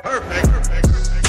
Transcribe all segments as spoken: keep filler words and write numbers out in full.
Perfect. Perfect.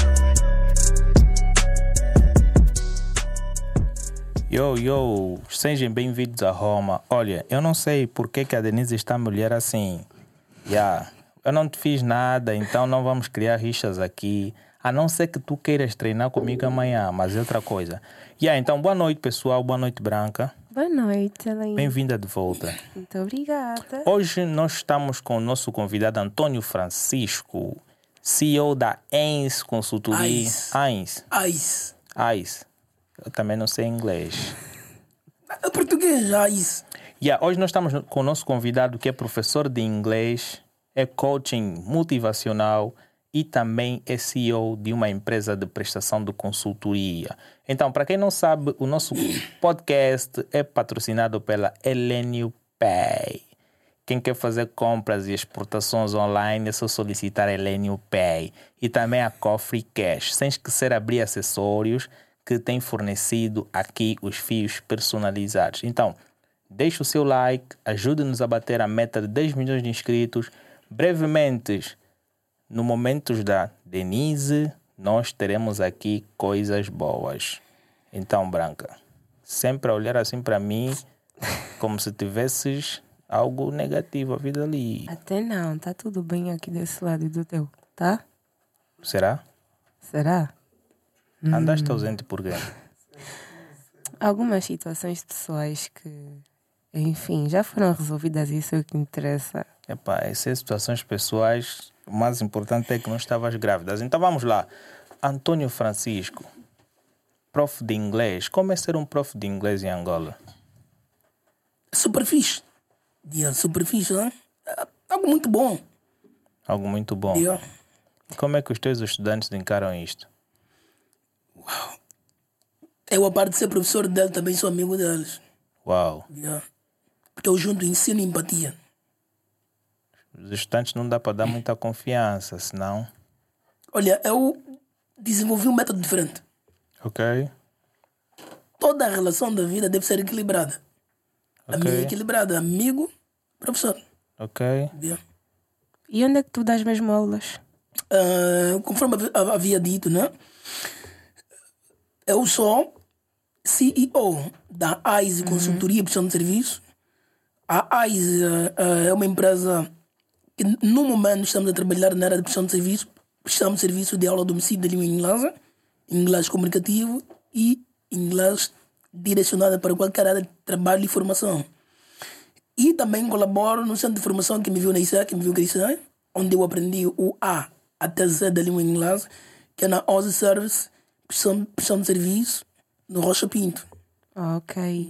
Yo, yo, sejam bem-vindos a Roma. Olha, eu não sei por que, que a Denise está a me olhar assim. Yeah. Eu não te fiz nada, então não vamos criar rixas aqui. A não ser que tu queiras treinar comigo amanhã, mas é outra coisa. Yeah, então, boa noite, pessoal. Boa noite, Branca. Boa noite, Elaine. Bem-vinda de volta. Muito obrigada. Hoje nós estamos com o nosso convidado Antônio Francisco, C E O da A I S Consultoria. A I S. A I S. A I S. Eu também não sei inglês. É português, A I S. Yeah, hoje nós estamos com o nosso convidado que é professor de inglês, é coaching motivacional e também é C E O de uma empresa de prestação de consultoria. Então, para quem não sabe, o nosso podcast é patrocinado pela Elenio Pay. Quem quer fazer compras e exportações online é só solicitar Elenio Pay. E também a Coffee Cash, sem esquecer abrir acessórios que tem fornecido aqui os fios personalizados. Então, deixe o seu like, ajude-nos a bater a meta de dez milhões de inscritos. Brevemente, no momentos da Denise, nós teremos aqui coisas boas. Então, Branca, sempre a olhar assim para mim, como se tivesses algo negativo a vida ali. Até não, tá tudo bem aqui desse lado e do teu, tá? Será? Será? Andaste ausente por quê? Algumas situações pessoais que, enfim, já foram resolvidas e isso é o que interessa. Epá, essas situações pessoais, o mais importante é que não estavas grávidas. Então vamos lá. Antônio Francisco, prof de inglês. Como é ser um prof de inglês em Angola? Super fixe. Yeah, super fixe, né? É algo muito bom. Algo muito bom. Yeah. Como é que os teus estudantes encaram isto? Uau. Eu, a parte de ser professor dele, também sou amigo deles. Uau. Yeah. Porque eu junto ensino e empatia. Os estudantes não dá para dar muita confiança, senão... Olha, eu desenvolvi um método diferente. Ok. Toda a relação da vida deve ser equilibrada. A minha é equilibrada. Amigo, professor. Ok. Yeah. E onde é que tu dás mesmo aulas? Uh, conforme havia dito, né? Eu sou C E O da A I S uhum. Consultoria e Prestação de Serviço. A A I S uh, é uma empresa que no momento estamos a trabalhar na área de prestação de serviço. Prestamos serviço de aula a domicílio de língua inglesa, inglês comunicativo e inglês direcionado para qualquer área de trabalho e formação. E também colaboro no centro de formação que me viu na I C E, que me viu crescer, onde eu aprendi o A até Z da língua inglesa, que é na Aussie Service, prestação, prestação de serviço, no Rocha Pinto. Ok.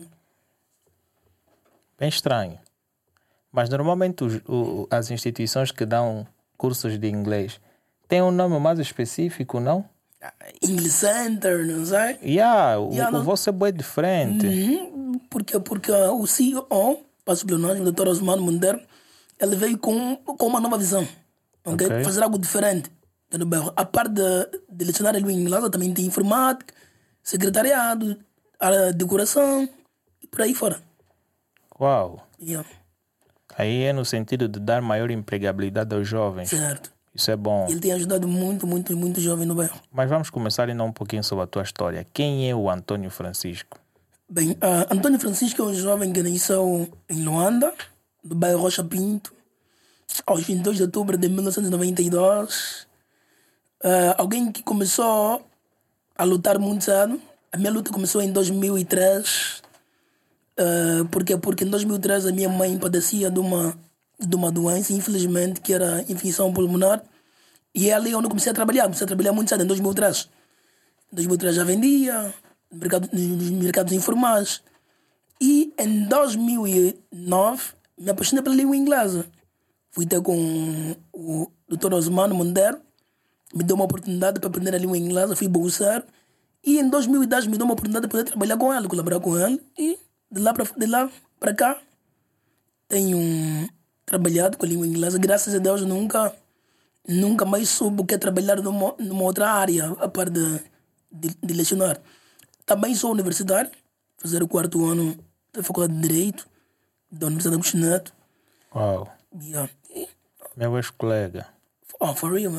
Bem estranho. Mas normalmente os, o, as instituições que dão cursos de inglês têm um nome mais específico, não? English Center, não sei? Yeah, o, yeah, o vosso é bem diferente. Uhum, porque, porque o C E O, passo pelo nome, o doutor Osmano Monteiro, ele veio com, com uma nova visão. Okay? Okay. Fazer algo diferente. A parte de, de lecionar a língua inglesa também tem informática, secretariado, a decoração e por aí fora. Uau! Yeah. Aí é no sentido de dar maior empregabilidade aos jovens. Certo. Isso é bom. Ele tem ajudado muito, muito, muito jovem no bairro. Mas vamos começar então um pouquinho sobre a tua história. Quem é o Antônio Francisco? Bem, uh, Antônio Francisco é um jovem que nasceu em Luanda, do bairro Rocha Pinto, aos vinte e dois de outubro de mil novecentos e noventa e dois. Uh, alguém que começou a lutar muito cedo. A minha luta começou em dois mil e três. Uh, porque, porque em dois mil e três a minha mãe padecia de uma, de uma doença, infelizmente, que era infecção pulmonar. E é ali onde eu comecei a trabalhar. Comecei a trabalhar muito cedo, em dois mil e três. Em dois mil e três já vendia no mercado, nos mercados informais. E em dois mil e nove me apaixonei pela língua inglesa. Fui ter com o doutor Osmano Monteiro. Me deu uma oportunidade para aprender a língua inglesa. Fui bolsar. E em dois mil e dez me deu uma oportunidade de poder trabalhar com ele, colaborar com ele. E de lá para, de lá para cá tenho trabalhado com a língua inglesa. Graças a Deus nunca, nunca mais soube o que é trabalhar numa, numa outra área, a parte de, de, de lecionar. Também sou universitário. Fazer o quarto ano da Faculdade de Direito da Universidade de Agostinho Neto. Uau. Yeah. Meu ex-colega. Oh, for real, man.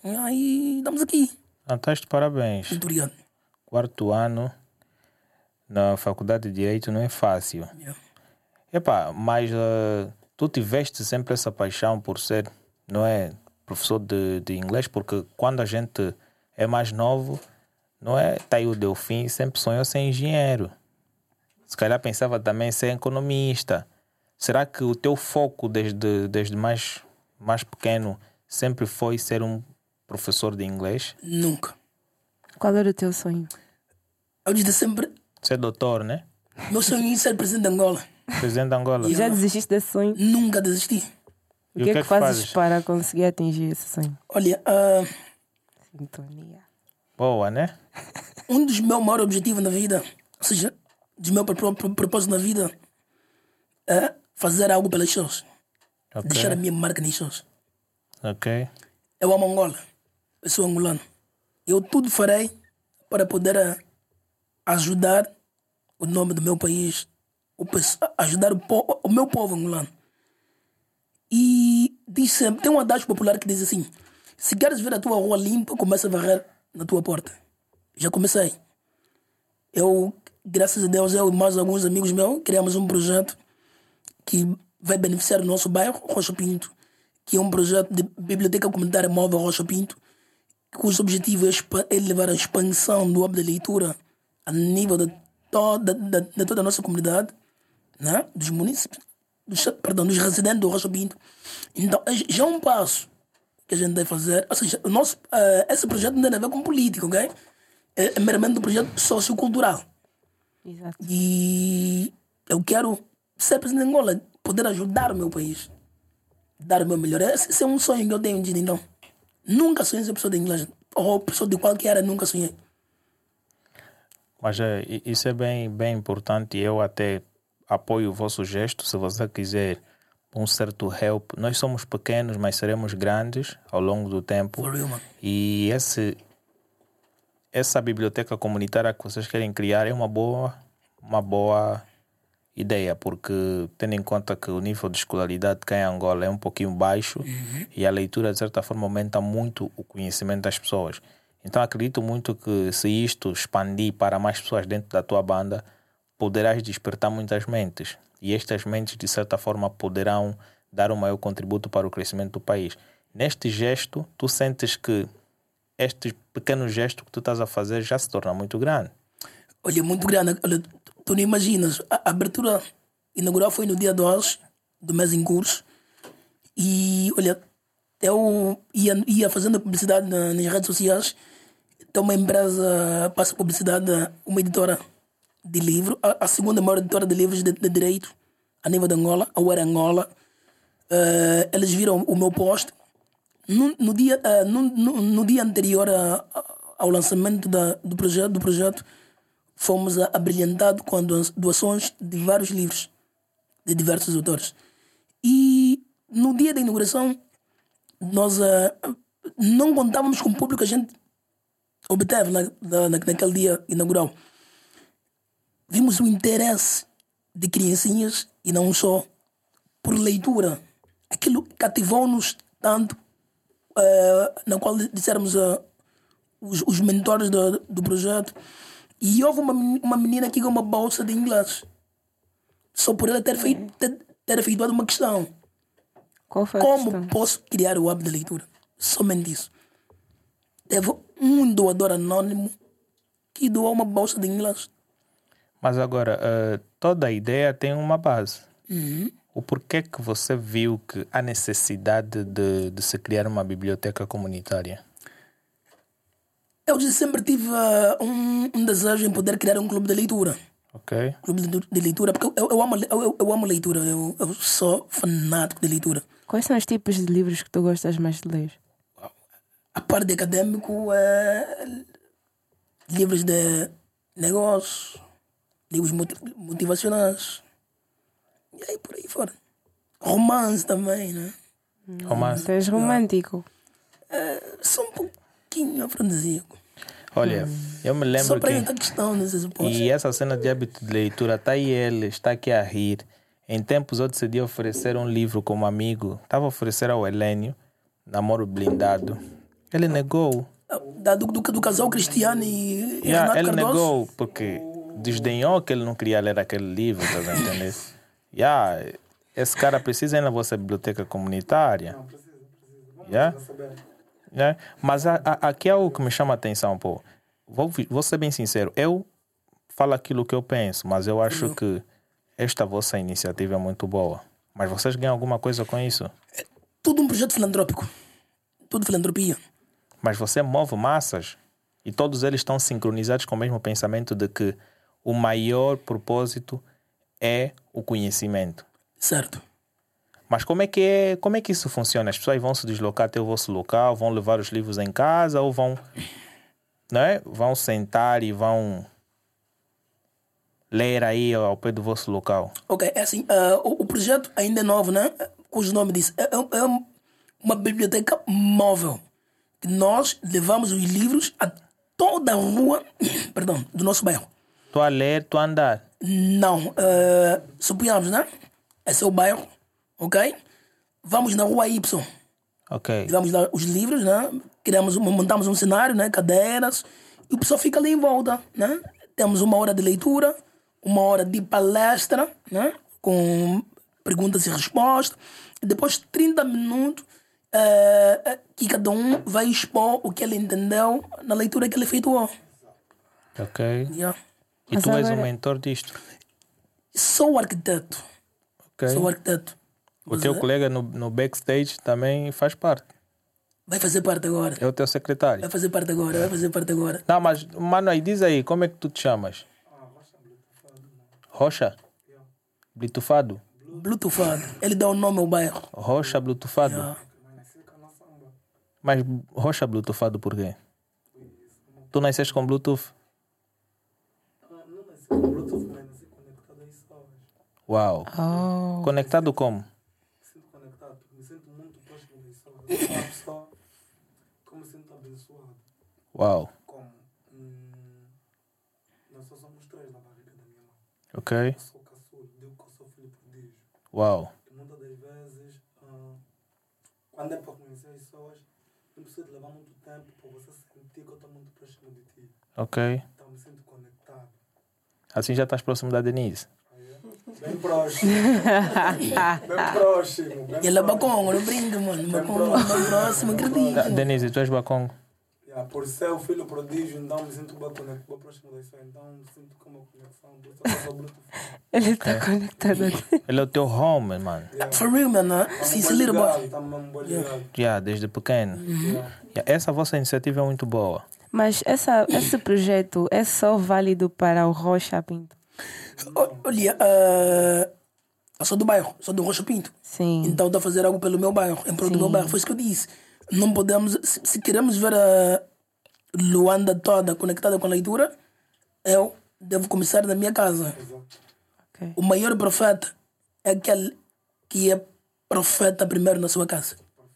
Aí estamos aqui. Não, estás de parabéns. Muito obrigado. Quarto ano na Faculdade de Direito não é fácil. Yeah. Epá, mas uh, tu tiveste sempre essa paixão por ser, não é, professor de, de inglês, porque quando a gente é mais novo, não é, tá aí o Delfim, sempre sonhou ser engenheiro. Se calhar pensava também em ser economista. Será que o teu foco desde, desde mais, mais pequeno sempre foi ser um professor de inglês? Nunca. Qual era o teu sonho? Eu disse sempre, Ser doutor, né? meu sonho é ser presidente de Angola. Presidente de Angola. E já desististe desse sonho? Nunca desisti. O que, é que, fazes para conseguir atingir esse sonho? Olha, uh, Sintonia. Boa, né? um dos meus maiores objetivos na vida, ou seja, dos meus pro- pro- propósitos na vida, é fazer algo pelas pessoas. Ok. Deixar a minha marca nas pessoas. Ok. Eu amo Angola. Eu sou angolano. Eu tudo farei para poder uh, ajudar o nome do meu país, o pes- ajudar o, po- o meu povo angolano. E diz sempre, tem um adágio popular que diz assim: se queres ver a tua rua limpa, começa a varrer na tua porta. Já comecei. Eu, graças a Deus, eu e mais alguns amigos meus criamos um projeto que vai beneficiar o nosso bairro, Rocha Pinto, que é um projeto de Biblioteca Comunitária Móvel Rocha Pinto, cujo objetivo é, expa- é levar a expansão do hábito de leitura a nível de toda, de, de toda a nossa comunidade, né? Dos municípios, dos, perdão, dos residentes do Rocha Pinto. Então, é- já é um passo que a gente deve fazer. Ou seja, o nosso, uh, esse projeto não tem a ver com política, ok? É, é meramente um projeto sociocultural. Exato. E eu quero ser presidente de Angola, poder ajudar o meu país, dar o meu melhor. Esse, esse é um sonho que eu tenho, de então. Nunca sonhei ser pessoa de inglês, ou pessoa de qualquer área, nunca sonhei. Mas é, i- isso é bem, bem importante e eu até apoio o vosso gesto. Se você quiser um certo help, nós somos pequenos, mas seremos grandes ao longo do tempo. For real, man. E esse, essa biblioteca comunitária que vocês querem criar é uma boa, uma boa ideia, porque tendo em conta que o nível de escolaridade cá em Angola é um pouquinho baixo e a leitura de certa forma aumenta muito o conhecimento das pessoas. Então acredito muito que se isto expandir para mais pessoas dentro da tua banda, poderás despertar muitas mentes e estas mentes de certa forma poderão dar um maior contributo para o crescimento do país. Neste gesto, tu sentes que este pequeno gesto que tu estás a fazer já se torna muito grande. Olha, muito grande. Olha, tu não imaginas. A abertura inaugural foi no dia dois do mês em curso. E, olha, eu ia, ia fazendo publicidade na- nas redes sociais. Tem uma empresa, passa publicidade, uma editora de livro, a, a segunda maior editora de livros de, de direito a nível de Angola, a Uera Angola. Eh, eles viram o meu post. No, no, dia, eh, no, no, no dia anterior a- a- ao lançamento da, do, projeto, do projeto, fomos a- abrilhantados com doa- doações de vários livros, de diversos autores. E no dia da inauguração, nós eh, não contávamos com o público que a gente obteve na, na, naquele dia inaugural. Vimos o interesse de criancinhas e não só por leitura. Aquilo cativou-nos tanto, eh, na qual dissermos eh, os, os mentores do, do projeto. E houve uma, meni- uma menina que ganhou uma bolsa de inglês. Só por ela ter, feito, ter, ter efetuado uma questão. Qual foi a Como questão? posso criar o hábito de leitura? Somente isso. Teve um doador anônimo que doou uma bolsa de inglês. Mas agora, eh, toda a ideia tem uma base. Uhum. O porquê que você viu que há necessidade de, de se criar uma biblioteca comunitária? Eu já sempre tive uh, um, um desejo em poder criar um clube de leitura. Ok? Clube de, de leitura, porque eu, eu, amo, eu, eu, eu amo leitura. Eu, eu sou fanático de leitura. Quais são os tipos de livros que tu gostas mais de ler? A parte de acadêmico, é livros de negócio, livros moti- motivacionais. E aí por aí fora. Romance também, né? Romance? Tu és romântico. Só um pouquinho afrodisíaco. Olha, eu me Só lembro para que... inventar questão nesses pontos. E essa cena de hábito de leitura, está aí ele, está aqui a rir. Em tempos eu decidi oferecer um livro como amigo. Estava a oferecer ao Helênio, Namoro Blindado. Ele negou. Da, do, do, do casal Cristiano e, e Yeah, Renato ele Cardoso. negou porque desdenhou que ele não queria ler aquele livro, tá entendendo? Yeah, esse cara precisa ir na vossa biblioteca comunitária. Não, precisa, precisa. Vamos Yeah. saber. Yeah. Mas a, a, aqui é o que me chama a atenção, pô. Vou, vou ser bem sincero, eu falo aquilo que eu penso, mas eu acho que esta vossa iniciativa é muito boa. Mas vocês ganham alguma coisa com isso? Tudo um projeto filantrópico. Tudo filantropia. Mas você move massas e todos eles estão sincronizados com o mesmo pensamento de que o maior propósito é o conhecimento. Certo. Mas como é que é, como é que isso funciona? As pessoas vão se deslocar até o vosso local, vão levar os livros em casa ou vão, não é? Vão sentar e vão ler aí ao pé do vosso local? Ok, é assim, uh, o, o projeto ainda é novo, né? Cujo nome diz, é, é, é uma biblioteca móvel. Que nós levamos os livros a toda a rua, perdão, do nosso bairro. Tu a ler, tu a andar. Não, uh, suponhamos, né? Esse é o bairro, ok? Vamos na rua Y. Ok. Levamos lá os livros, né? Criamos, um- montamos um cenário, né? Cadeiras. E o pessoal fica ali em volta, né? Temos uma hora de leitura, uma hora de palestra, né? Com perguntas e respostas. E depois trinta minutos eh, eh, que cada um vai expor o que ele entendeu na leitura que ele efetuou. Ok. Yeah. E Mas tu és o agora- mentor disto. Sou arquiteto. Ok. Sou arquiteto. O teu Mas, eh, colega no, no backstage também faz parte. Vai fazer parte agora. É o teu secretário. Vai fazer parte agora, vai fazer parte agora. Não, mas, mano, aí diz aí, como é que tu te chamas? Rocha? Bluetoothado? Bluetoothado. Ele dá o nome ao bairro. Rocha Bluetoothado? Yeah. Mas Rocha Bluetoothado por quê? Tu nasceste com Bluetooth? Não nasci com Bluetooth, mas nasci conectado a isso hoje. Uau. Oh. Conectado como? Me sinto conectado, porque me sinto muito próximo disso hoje. Eu sou uma pessoa que me sinto abençoado. Uau. Como hum, nós só somos três na barriga da minha mãe. Ok. Eu sou caçula, digo que eu sou filho prodígio. Uau. E muitas das vezes, ah, quando é para conhecer as pessoas, não precisa de levar muito tempo para você sentir que eu estou muito próximo de ti. Ok. Então me sinto conectado. Assim já estás próximo da Denise. Aí é bem próximo. bem próximo. Bem E ele é próximo. bacongo, não brinca, mano. Bacongo, bem próximo, Ah, acredita. Denise, tu és bacongo? Yeah, por ser o filho prodígio, então me sinto bem conectado, bem próximo da pessoa. Então me sinto com uma conexão. Por isso eu sou Bluetooth. Ele está conectado aqui. Ele é o teu home, mano. Yeah. For real, man. Huh? Estamos Since bem little ligados, boy. estamos mesmo bem ligados. Já, desde pequeno. Yeah. Yeah, essa vossa iniciativa é muito boa. Mas essa, esse projeto é só válido para o Rocha Pinto? O- Olha, ah, eu sou do bairro, sou do Rocha Pinto. Sim. Então estou a fazer algo pelo meu bairro, em prol do Sim. meu bairro. Foi isso que eu disse. Não podemos, se, se queremos ver a Luanda toda conectada com a leitura, eu devo começar da minha casa. Ok. O maior profeta é aquele que é profeta primeiro na sua casa.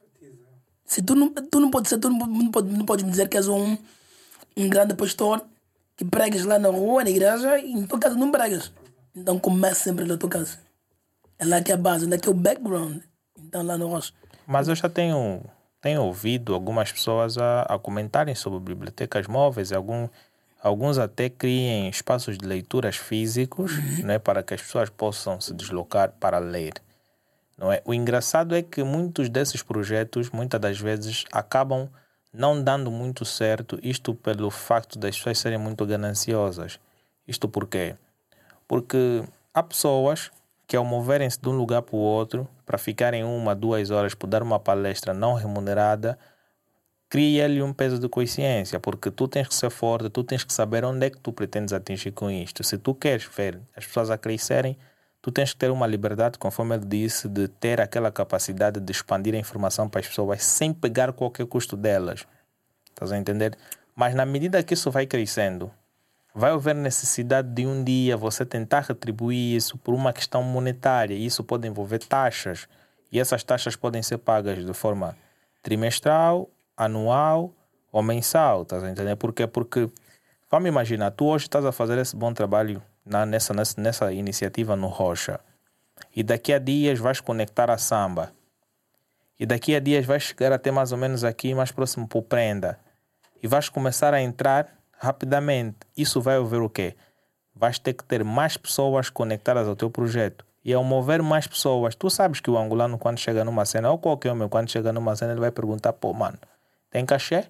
Se tu não, tu não podes ser, tu não, não, pode, não podes me dizer que és um, um grande pastor que pregas lá na rua, na igreja, e em tua casa não pregas. Então comece sempre na tua casa. É lá que é a base, é lá que é o background. Então lá no Rocha. Mas eu já tenho, tenho ouvido algumas pessoas a, a comentarem sobre bibliotecas móveis. Algum, alguns até criem espaços de leituras físicos, né, para que as pessoas possam se deslocar para ler. Não é? O engraçado é que muitos desses projetos, muitas das vezes, acabam não dando muito certo, isto pelo facto das pessoas serem muito gananciosas. Isto por quê? Porque há pessoas que, ao moverem-se de um lugar para o outro, para ficarem uma, duas horas por dar uma palestra não remunerada, cria-lhe um peso de consciência, porque tu tens que ser forte, tu tens que saber onde é que tu pretendes atingir com isto. Se tu queres ver as pessoas a crescerem, tu tens que ter uma liberdade, conforme ele disse, de ter aquela capacidade de expandir a informação para as pessoas sem pegar qualquer custo delas. Estás a entender? Mas na medida que isso vai crescendo, vai haver necessidade de um dia você tentar retribuir isso por uma questão monetária. E isso pode envolver taxas. E essas taxas podem ser pagas de forma trimestral, anual ou mensal. Estás a entender? Por quê? Porque, vamos imaginar, tu hoje estás a fazer esse bom trabalho na, nessa, nessa, nessa iniciativa no Rocha. E daqui a dias vais conectar a samba. E daqui a dias vais chegar até mais ou menos aqui, mais próximo para o Prenda. E vais começar a entrar rapidamente. Isso vai haver o quê? Vais ter que ter mais pessoas conectadas ao teu projeto. E ao mover mais pessoas, tu sabes que o angolano quando chega numa cena, ou qualquer homem quando chega numa cena, ele vai perguntar, pô, mano, tem cachê?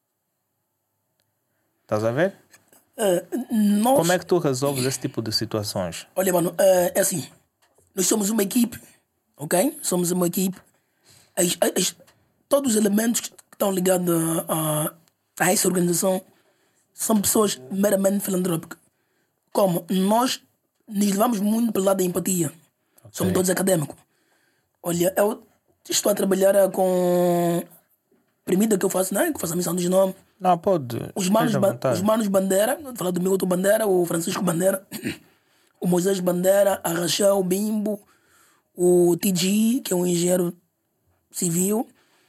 Estás a ver? Uh, nós... Como é que tu resolves esse tipo de situações? Olha, mano, uh, é assim. Nós somos uma equipe, ok? Somos uma equipe. As, as, todos os elementos que estão ligados a, a, a essa organização são pessoas meramente filantrópicas. Como nós nos levamos muito pelo lado da empatia. Okay. Somos todos académicos. Olha, eu estou a trabalhar com primida que eu faço, né? Que faço a missão dos nomes. Não, pode. Os manos, ba- os manos Bandeira, vou falar do meu outro Bandeira, o Francisco Bandeira, o Moisés Bandeira, a Rachel Bimbo, o T G, que é um engenheiro civil,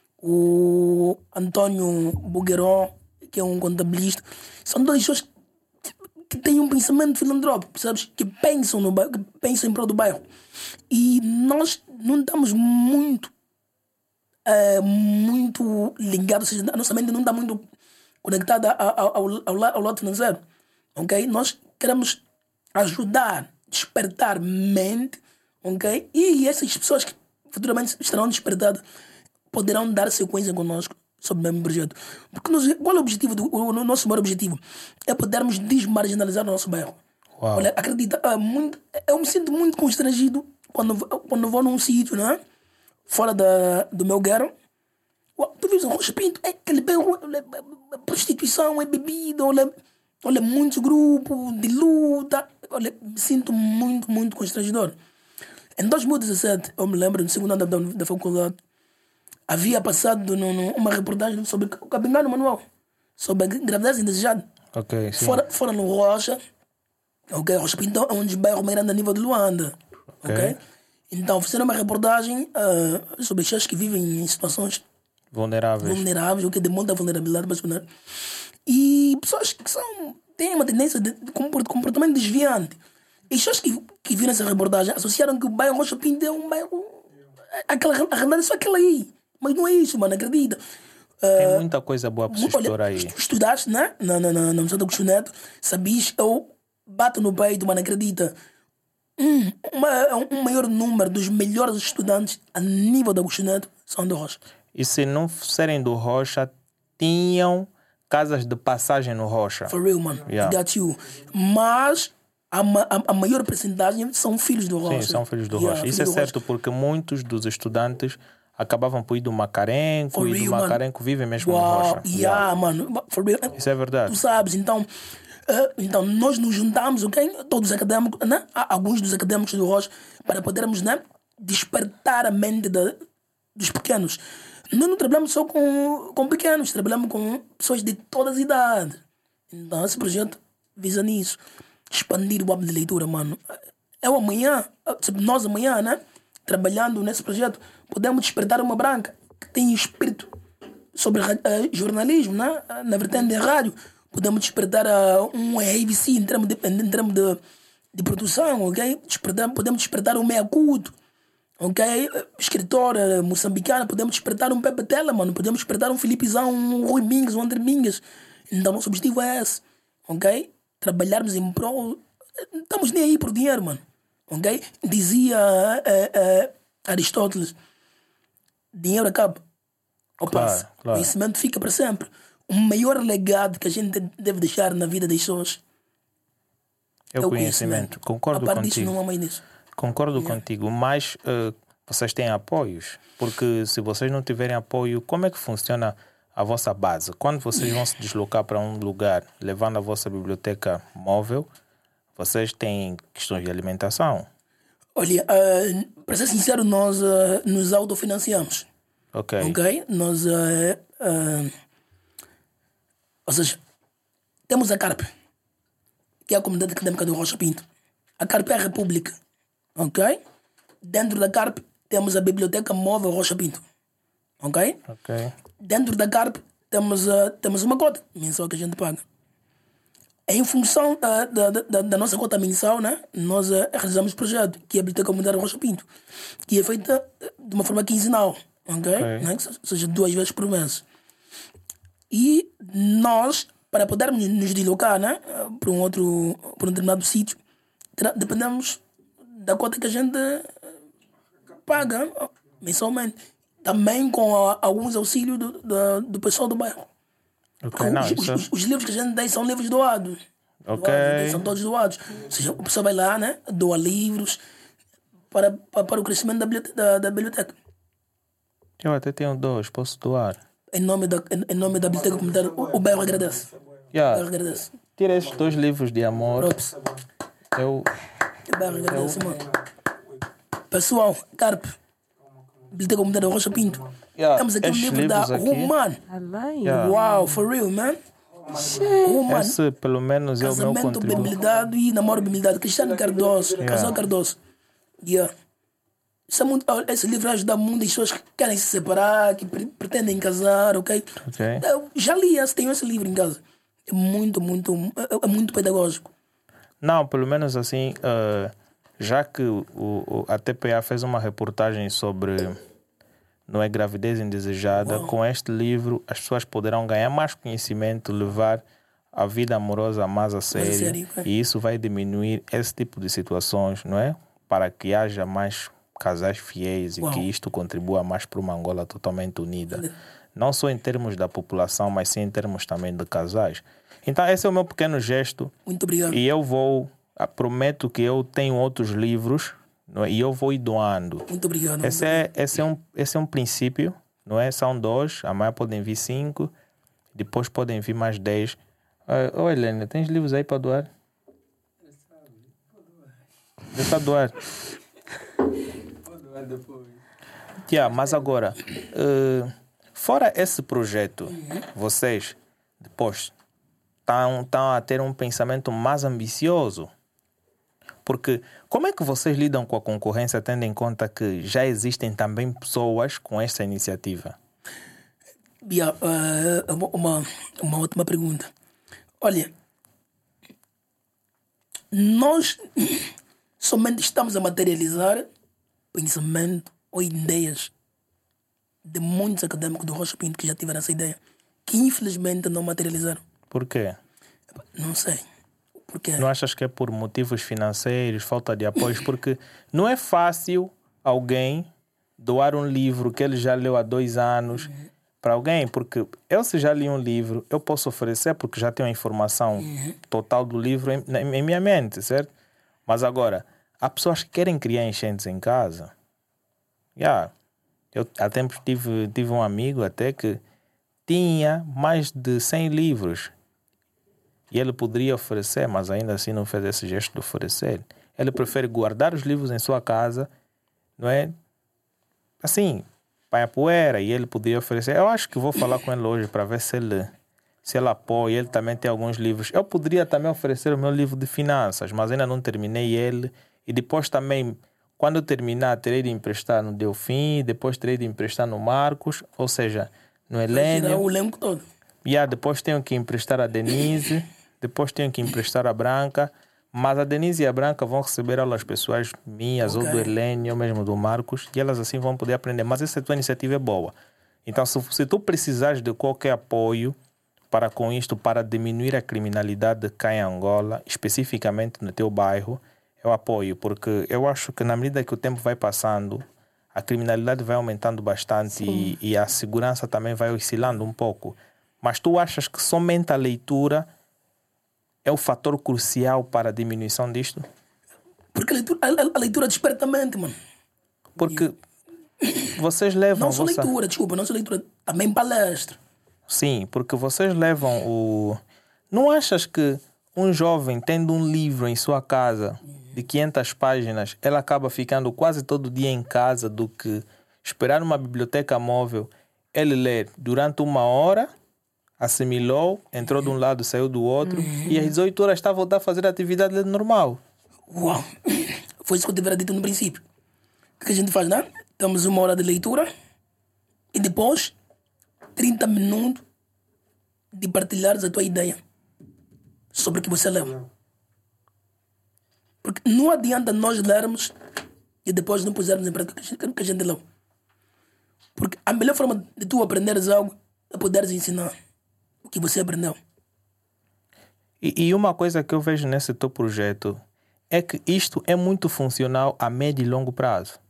o Antônio Bugueron, que é um contabilista. São dois pessoas que têm um pensamento filantrópico, percebes? Que pensam no bairro, que pensam em prol do bairro. E nós não estamos muito, uh, muito ligados, ou seja, a nossa mente não está muito conectada ao, ao, ao, ao lado financeiro. Ok? Nós queremos ajudar, despertar mente, ok? E essas pessoas que futuramente estarão despertadas poderão dar sequência conosco sobre o mesmo projeto. Porque nós, qual é o objetivo? Do, o, o nosso maior objetivo é podermos desmarginalizar o nosso bairro. Uau. Olha, acredita, é muito, eu me sinto muito constrangido quando, quando vou num sítio, né? Fora da, do meu guerra. Tu vives em Rocha Pinto, é aquele bairro, é prostituição, é bebida, olha, olha muitos grupos de luta. Olha, me sinto muito, muito constrangedor. Em dois mil e dezassete, eu me lembro, no segundo ano da, da faculdade, havia passado no, no, uma reportagem sobre o Cabingano Manuel, sobre a gravidez indesejada. Ok, sim. Fora, fora no Rocha, ok? Rocha Pinto é um dos bairros mais grandes a nível de Luanda, ok? okay? Então fizeram uma reportagem uh, sobre pessoas que vivem em situações vulneráveis, vulneráveis, o que demonstra a vulnerabilidade masculina. E pessoas que são, têm uma tendência de comportamento desviante. E pessoas que, que viram essa reportagem associaram que o bairro Rocha Pinto é um bairro. Aquela arrendada é só aquela aí. Mas não é isso, mano, acredita. Tem uh, muita coisa boa para se explorar aí. Estudaste, né? Na, na, na, na Universidade do Cuchoneto, sabias, eu bato no peito, mano, acredita. Um, uma, um maior número dos melhores estudantes a nível da Cuchoneto são do Rocha. E se não serem do Rocha, tinham casas de passagem no Rocha. For real, mano. Yeah. I got you. Mas a, a, a maior percentagem são filhos do Rocha. Sim, são filhos do yeah, Rocha. Isso é do certo, Rocha. porque muitos dos estudantes acabavam por ir do Macarenco For e real, do mano. Macarenco vivem mesmo Uau, no Rocha. Yeah, Yeah. mano. For real. Isso é verdade. Tu sabes, então, uh, então nós nos juntamos, ok? Todos os académicos, né? Alguns dos académicos do Rocha, para podermos, né? Despertar a mente da, dos pequenos. Nós não trabalhamos só com, com pequenos, trabalhamos com pessoas de todas as idades. Então esse projeto visa nisso. Expandir o hábito de leitura, mano. Eu amanhã, nós amanhã, né? Trabalhando nesse projeto, podemos despertar uma branca que tem espírito sobre uh, jornalismo, né? Na vertente da rádio. Podemos despertar uh, um A V C em termos de, em termos de, de produção, ok? Despertar, podemos despertar um meia culto. Ok? Escritora moçambicana, podemos despertar um Pepe Tela, mano. Podemos despertar um Filipezão, um Rui Mingas, um André Mingas. Então, nosso objetivo é esse. Ok? Trabalharmos em prol. Estamos nem aí por dinheiro, mano. Ok? Dizia é, é, Aristóteles: dinheiro acaba. Ou Claro, passa. claro. Conhecimento fica para sempre. O maior legado que a gente deve deixar na vida das pessoas É o conhecimento. Concordo A parte disso, contigo. não há mais nisso. Concordo contigo, mas uh, vocês têm apoios, porque se vocês não tiverem apoio, como é que funciona a vossa base? Quando vocês vão se deslocar para um lugar, levando a vossa biblioteca móvel, vocês têm questões de alimentação? Olha, uh, para ser sincero, nós uh, nos autofinanciamos. Ok. Ok? Nós, uh, uh, ou seja, temos a CARP, que é a Comunidade Académica do Rocha Pinto. A CARP é a República. Ok? Dentro da CARP temos a Biblioteca Móvel Rocha Pinto. Ok? Ok. Dentro da CARP temos, uh, temos uma cota mensal que a gente paga. Em função uh, da, da, da nossa cota mensal, né, nós uh, realizamos o projeto, que é a Biblioteca Comunitária Rocha Pinto, que é feita uh, de uma forma quinzenal. ok? Ok. Né? Que se- seja duas vezes por mês. E nós, para podermos nos deslocar, né? Para um outro, para um determinado sítio, terá- dependemos da cota que a gente eh, paga mensalmente. Também com a- alguns auxílios do, do, do pessoal do bairro. Ok, não, os, isso... os- os livros que a gente tem são livros doados. Ok. Doados, são todos doados. Ou seja, a pessoa vai lá, né? Doa livros para, para, para o crescimento da biblioteca, da, da biblioteca. Eu até tenho dois, posso doar. Em nome da, em, em nome da biblioteca comunitária, o, o bairro agradece. O bairro Yeah. agradece. Tira estes dois livros de amor. Props. Eu... O bairro agradece, mano. Pessoal, Carpe, biblioteca comunitária Rocha Pinto. Yeah, Temos aqui um estes livro da livros aqui- Roman. Além. Yeah. Wow, for real, man. Roman. Esse, pelo menos, é o meu Casamento, contributo. bembilidade e namoro, bembilidade. Cristiano Cardoso, Casal Cardoso. Yeah. Isso é muito, esse livro ajuda muito as pessoas que querem se separar, que pre- pretendem casar, ok? Ok. Eu já li esse, tenho esse livro em casa. É muito, muito, é, é muito pedagógico. Não, pelo menos assim, eh, já que o, o- a T P A fez uma reportagem sobre não é gravidez indesejada, com este livro as pessoas poderão ganhar mais conhecimento, levar a vida amorosa mais a sério, sério, ok. e isso vai diminuir esse tipo de situações, não é? Para que haja mais casais fiéis e Uau. que isto contribua mais para uma Angola totalmente unida. Não só em termos da população, mas sim em termos também de casais. Então esse é o meu pequeno gesto. Muito obrigado. E eu vou, ah, prometo que eu tenho outros livros, não é? E eu vou ir doando. Muito obrigado. Esse é, esse, é um, esse é um princípio, não é? São dois, amanhã podem vir cinco, depois podem vir mais dez. Ah, Ô Helena, tens livros aí para doar? Deixa eu doar. Yeah, mas agora, eh, fora esse projeto, vocês depois estão a ter um pensamento mais ambicioso. Porque como é que vocês lidam com a concorrência, tendo em conta que já existem também pessoas com esta iniciativa? Yeah, uh, uma, uma, uma ótima pergunta. Olha, nós somente estamos a materializar pensamento ou ideias de muitos académicos do Rocha Pinto que já tiveram essa ideia, que infelizmente não materializaram. Por quê? Não sei. Porque Não achas que é por motivos financeiros, falta de apoios? Porque não é fácil alguém doar um livro que ele já leu há dois anos para alguém. Porque eu, se já li um livro, eu posso oferecer porque já tenho a informação total do livro em, na- em minha mente, certo? Mas agora, há pessoas que querem criar enchentes em casa. Yeah. Eu há tempos tive, tive um amigo até que tinha mais de cem livros. E ele poderia oferecer, mas ainda assim não fez esse gesto de oferecer. Ele prefere guardar os livros em sua casa, não é? Assim, põe a poeira, e ele poderia oferecer. Eu acho que vou falar com ele hoje para ver se ele, se ele apoia. Ele também tem alguns livros. Eu poderia também oferecer o meu livro de finanças, mas ainda não terminei ele. E depois também, quando eu terminar, terei de emprestar no Delfim, depois terei de emprestar no Marcos, ou seja, no tirar Helênio. o elenco todo. E yeah, depois tenho que emprestar a Denise, depois tenho que emprestar a Branca, mas a Denise e a Branca vão receber aulas pessoais minhas, Ok. ou do Helênio, ou mesmo do Marcos, e elas assim vão poder aprender. Mas essa tua iniciativa é boa. Então, se, se tu precisares de qualquer apoio para com isto, para diminuir a criminalidade cá em Angola, especificamente no teu bairro, eu apoio, porque eu acho que na medida que o tempo vai passando, a criminalidade vai aumentando bastante e, e a segurança também vai oscilando um pouco. Mas tu achas que somente a leitura é o fator crucial para a diminuição disto? Porque a leitura, a, a- a leitura desperta a mente, mano. Porque vocês levam... Não só vossa- leitura, desculpa, não só leitura, também palestra. Sim, porque vocês levam o... Não achas que um jovem tendo um livro em sua casa de quinhentas páginas, ele acaba ficando quase todo dia em casa do que esperar uma biblioteca móvel, ele ler durante uma hora, assimilou, entrou de um lado, saiu do outro, e às dezoito horas está a voltar a fazer a atividade dele normal. Uau! Foi isso que eu tivera dito no princípio. O que a gente faz, né? Temos uma hora de leitura e depois trinta minutos de partilhares a tua ideia sobre o que você leu. Porque não adianta nós lermos e depois não pusermos em prática o que a gente leu. Porque a melhor forma de tu aprenderes algo é poderes ensinar o que você aprendeu. E, e uma coisa que eu vejo nesse teu projeto é que isto é muito funcional a médio e longo prazo.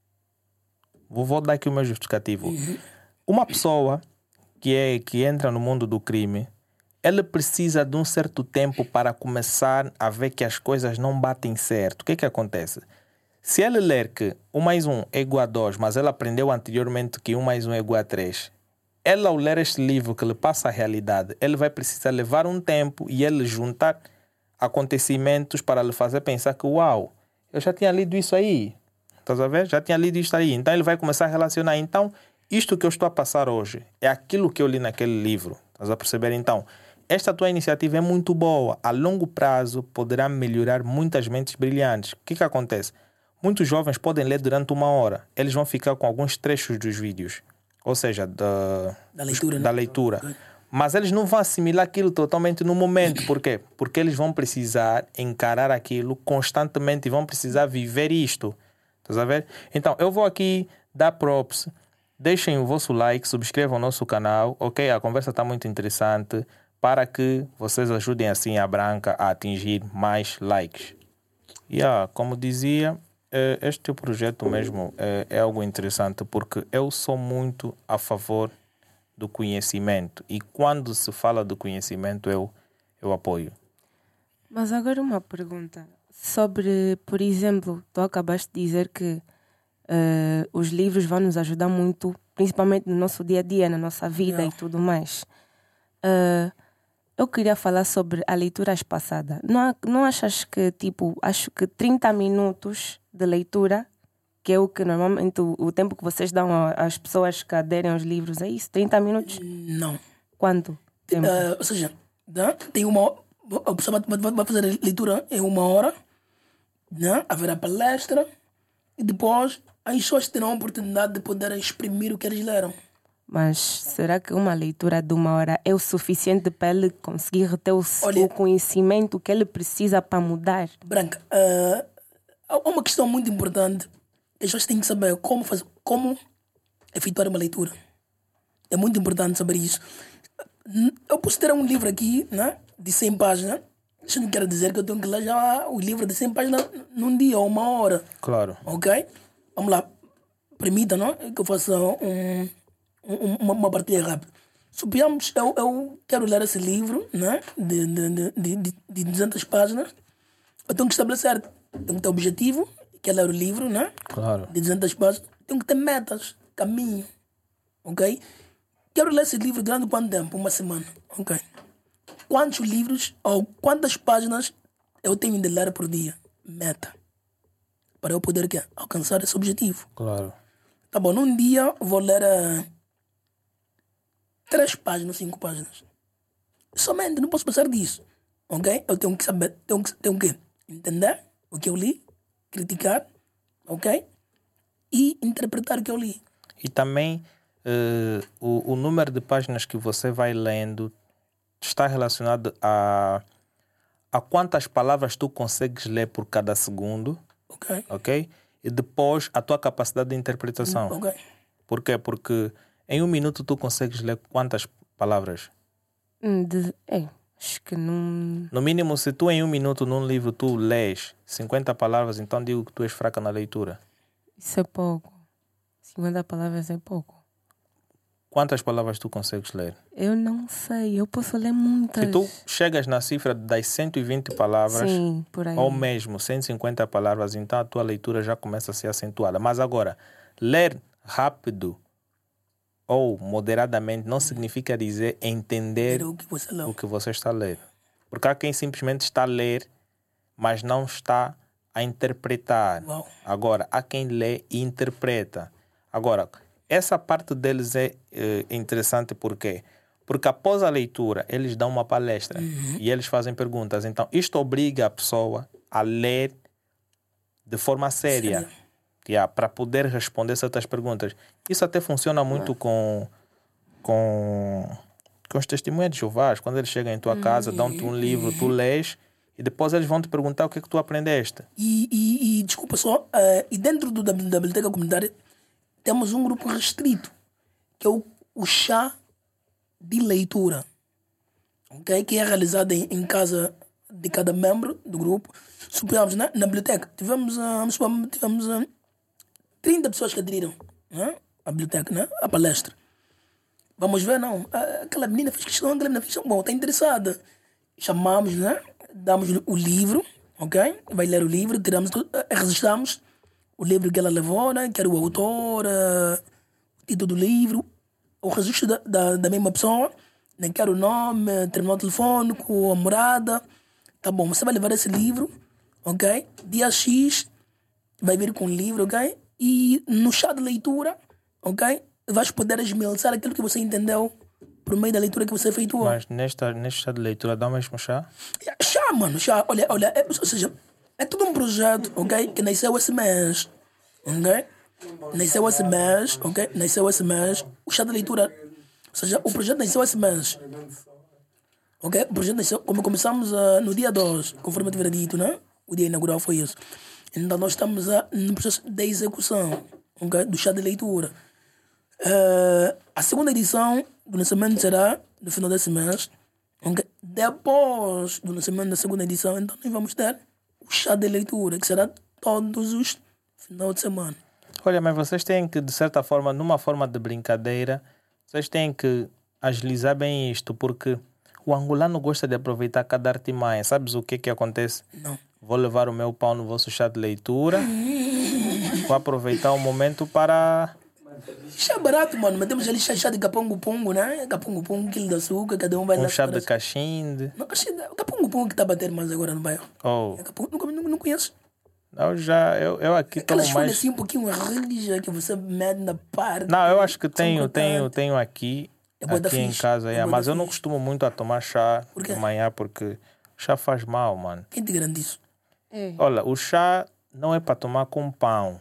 Vou, vou dar aqui o meu justificativo. Uhum. Uma pessoa que, é, que entra no mundo do crime, ela precisa de um certo tempo para começar a ver que as coisas não batem certo. O que é que acontece? Se ela ler que um mais um é igual a dois, mas ela aprendeu anteriormente que um mais um é igual a três, ela, ao ler este livro que lhe passa a realidade, ele vai precisar levar um tempo e ele juntar acontecimentos para lhe fazer pensar que, uau, eu já tinha lido isso aí. Estás a ver? Já tinha lido isto aí. Então ele vai começar a relacionar. Então, isto que eu estou a passar hoje é aquilo que eu li naquele livro. Estás a perceber? Então, esta tua iniciativa é muito boa. A longo prazo poderá melhorar muitas mentes brilhantes. O que que acontece? Muitos jovens podem ler durante uma hora. Eles vão ficar com alguns trechos dos vídeos. Ou seja, da, da leitura. Da né? leitura. Okay. Mas eles não vão assimilar aquilo totalmente no momento. Por quê? Porque eles vão precisar encarar aquilo constantemente e vão precisar viver isto. Estás a ver? Então, eu vou aqui dar props. Deixem o vosso like, subscrevam o nosso canal. Ok? A conversa está muito interessante para que vocês ajudem assim a Branca a atingir mais likes. E yeah, como dizia, este projeto mesmo é, é algo interessante porque eu sou muito a favor do conhecimento e quando se fala do conhecimento eu, eu apoio. Mas agora uma pergunta sobre, por exemplo, tu acabaste de dizer que uh, os livros vão nos ajudar muito, principalmente no nosso dia a dia, na nossa vida yeah. e tudo mais. Uh, eu queria falar sobre a leitura espaçada. Não, não achas que, tipo, acho que trinta minutos de leitura, que é o que normalmente o, o tempo que vocês dão às pessoas que aderem aos livros, é isso? trinta minutos? Não. Quanto tempo? Uh, ou seja, né? Tem uma, a pessoa vai, vai fazer a leitura em uma hora, né? Haverá palestra e depois as pessoas terão a oportunidade de poder exprimir o que eles leram. Mas será que uma leitura de uma hora é o suficiente para ele conseguir reter o, Olha, o conhecimento que ele precisa para mudar? Branca, uh, há uma questão muito importante. As pessoas têm que saber como, fazer, como efetuar uma leitura. É muito importante saber isso. Eu posso ter um livro aqui, né, de cem páginas. Isso não quer dizer que eu tenho que ler já o livro de cem páginas num dia ou uma hora. Claro. Ok? Vamos lá. Permita, não? Que eu faça um, um, uma, uma partilha rápida. Suponhamos, eu, eu quero ler esse livro, né, de, de, de, de, de duzentas páginas. Eu tenho que estabelecer, tenho que ter objetivo, que é ler o livro, né? Claro. De duzentas páginas. Tenho que ter metas, caminho. Ok? Quero ler esse livro durante quanto tempo? Uma semana. Ok. Quantos livros ou quantas páginas eu tenho de ler por dia? Meta. Para eu poder quê? Alcançar esse objetivo. Claro. Tá bom, num dia vou ler uh, três páginas, cinco páginas. Somente, não posso passar disso. Ok? Eu tenho que saber, tenho que, tenho que entender o que eu li, criticar, ok? E interpretar o que eu li. E também uh, o, o número de páginas que você vai lendo está relacionado a, a quantas palavras tu consegues ler por cada segundo. Ok. Ok? E depois a tua capacidade de interpretação. Ok. Por quê? Porque em um minuto tu consegues ler quantas palavras? De, é, acho que não... No mínimo, se tu em um minuto num livro tu lês cinquenta palavras, então digo que tu és fraca na leitura. Isso é pouco. cinquenta palavras é pouco. Quantas palavras tu consegues ler? Eu não sei, eu posso ler muitas. Se tu chegas na cifra das cento e vinte palavras, sim, por aí, ou mesmo cento e cinquenta palavras, então a tua leitura já começa a ser acentuada. Mas agora, ler rápido ou moderadamente não significa dizer entender o que você leu. o que você está a ler. Porque há quem simplesmente está a ler, mas não está a interpretar. Uau. Agora, há quem lê e interpreta. Agora, essa parte deles é, é interessante porque porque após a leitura eles dão uma palestra uhum. e eles fazem perguntas. Então isto obriga a pessoa a ler de forma séria, yeah, para poder responder certas perguntas. Isso até funciona muito com com com os testemunhos de Jeová. Quando eles chegam em tua casa, dão-te um livro, tu lês e depois eles vão te perguntar o que é que tu aprendeste. E, e, e desculpa só, uh, e dentro do, da, da biblioteca comunitária temos um grupo restrito que é o, o chá de leitura, okay? Que é realizado em, em casa de cada membro do grupo. Suponhamos, né? Na biblioteca, tivemos, uh, tivemos uh, trinta pessoas que aderiram, né? À biblioteca, né? À palestra. Vamos ver, não. Aquela menina fez questão, aquela menina fez questão. Bom, está interessada. Chamamos, né? Damos o livro, ok? Vai ler o livro, tiramos, registramos o livro que ela levou, né? Que era o autor, uh, o título do livro, o registro da, da, da mesma pessoa, né? Que era o nome, terminal telefônico, a morada. Tá bom, você vai levar esse livro, ok? Dia X, vai vir com o livro, ok? E no chá de leitura, ok? Vais poder esmiuçar aquilo que você entendeu por meio da leitura que você efetuou. Mas nesta, neste chá de leitura dá o mesmo chá? Chá, mano, chá. Olha, olha, é, ou seja, é todo um projeto, ok? Que nasceu esse mês, ok? Nasceu esse mês, ok? Nasceu esse mês. O chá de leitura, ou seja, o projeto nasceu esse mês. Ok? O projeto nasceu, como começamos uh, no dia dois, conforme eu tiver dito, né? O dia inaugural foi isso. Então nós estamos uh, no processo de execução, ok? Do chá de leitura. Uh, a segunda edição do lançamento será no final desse mês. Okay? Depois do lançamento da segunda edição, então nós vamos ter o chá de leitura, que será todos os finais de semana. Olha, mas vocês têm que, de certa forma, numa forma de brincadeira, vocês têm que agilizar bem isto, porque o angolano gosta de aproveitar cada artimanha. Sabes o que que acontece? Não. Vou levar o meu pão no vosso chá de leitura, vou aproveitar o momento para... Chá barato, mano. Mas temos ali chá, chá de capongo-pongo, né? Capongo-pongo, quilo de açúcar, cada um vai um lá. chá de cachinde. Não, capongo-pongo que está a bater mais agora no bairro. Oh. É capongo, não, não, não conheço. Eu já, eu, eu aqui tomo Aquelas mais... folhas assim um pouquinho rígidas que você mede na parte. Não, eu acho que tenho, tenho, tenho aqui, é aqui em fixe. casa. É É, mas eu não fixe. costumo muito a tomar chá Por quê? de manhã, porque chá faz mal, mano. Quem te garante isso? É. Olha, o chá não é para tomar com pão.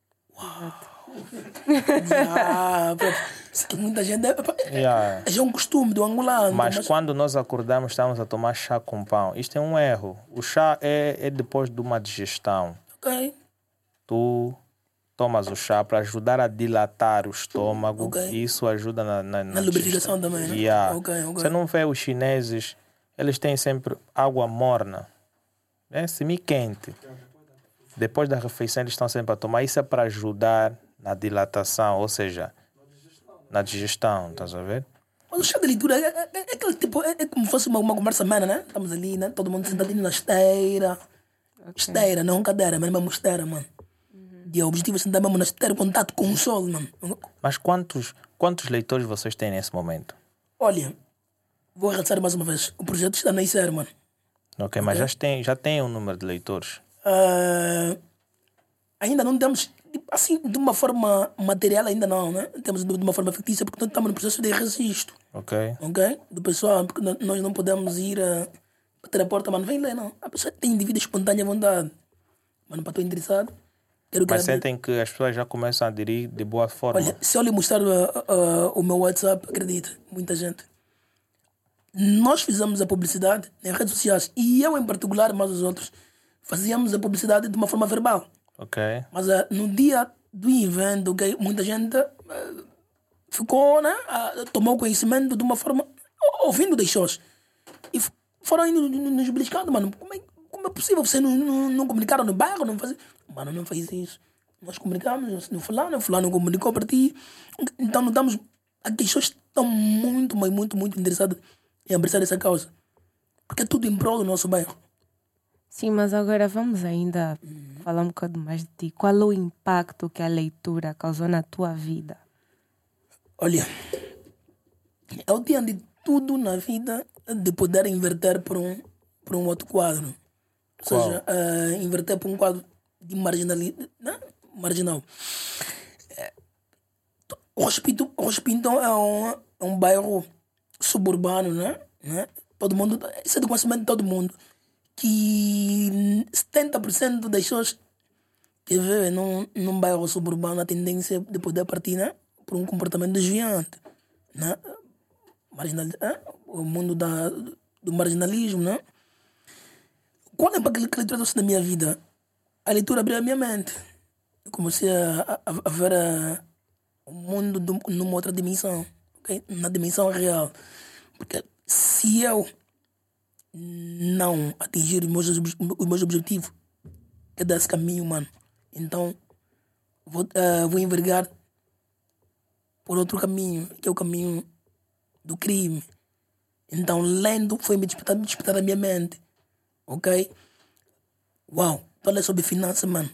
Ah, muita gente é, Yeah. é já um costume do angolano. Mas quando nós acordamos, estamos a tomar chá com pão. Isto é um erro. O chá é, é depois de uma digestão. Ok. Tu tomas o chá para ajudar a dilatar o estômago. Ok. E isso ajuda na, na, Na lubrificação também, né? Yeah. Ok, ok. Você não vê os chineses, eles têm sempre água morna, né? Semi-quente. Depois da refeição, eles estão sempre a tomar. Isso é para ajudar na dilatação, ou seja, na digestão, estás a ver? Mas o chá de leitura é, é, é aquele tipo, é, é como se fosse uma, uma conversa amena, né? Estamos ali, né? Todo mundo sentadinho na esteira. Okay. Esteira, não cadeira, mas mesmo esteira, mano. Uhum. E o objetivo é sentar mesmo na esteira, contato com o sol, mano. Mas quantos, quantos leitores vocês têm nesse momento? Olha, vou realçar mais uma vez. O projeto está a nascer, mano. Ok, okay. Mas já tem, já tem um número de leitores? Uh, ainda não temos, assim, de uma forma material, ainda não, né? Temos de uma forma fictícia, porque nós estamos no processo de registro. Ok. Ok? Do pessoal, porque nós não podemos ir a bater a porta, mano, vem ler, não. A pessoa tem de vida espontânea vontade. Mano, para estou interessado. Quero Mas sentem que as pessoas já começam a aderir de boa forma? Olha, se eu lhe mostrar uh, uh, o meu WhatsApp, acredita, muita gente. Nós fizemos a publicidade nas redes sociais, e eu em particular, mas os outros, fazíamos a publicidade de uma forma verbal. Ok. Mas uh, no dia do evento, okay, muita gente uh, ficou, né, uh, tomou conhecimento de uma forma, ouvindo das shows. E foram indo nos beliscando, mano. Como é, como é possível? Vocês não, não, não comunicaram no bairro? Não faz... Mano, não faz isso. Nós comunicamos no fulano, o fulano comunicou para ti. Então, não estamos... As pessoas estão muito, mas muito, muito interessadas em abraçar essa causa. Porque é tudo em prol do nosso bairro. Sim, mas agora vamos ainda uhum. falar um bocado mais de ti. Qual é o impacto que a leitura causou na tua vida? Olha, eu tinha de tudo na vida de poder inverter para um, para um outro quadro. Ou Qual? seja, uh, inverter para um quadro de marginalidade, né? Marginal. O Rospinto, Rospinto é, um, é um bairro suburbano, né? né? Todo mundo, isso é do conhecimento de todo mundo. Que setenta por cento das pessoas que vivem num, num bairro suburbano a tendência de poder partir, né? Por um comportamento desviante, né? Marginal, né? O mundo da, do marginalismo, né? Quando é para que a leitura trouxe na minha vida? A leitura abriu a minha mente. Eu comecei a, a, a ver a, o mundo do, numa outra dimensão, okay? Na dimensão real. Porque se eu não atingir os meus, os meus objetivos, que é desse caminho, mano, então vou, uh, vou envergar por outro caminho, que é o caminho do crime. Então, lendo foi me despertar, me despertar a minha mente. Ok? Uau, tu olha sobre finanças, mano.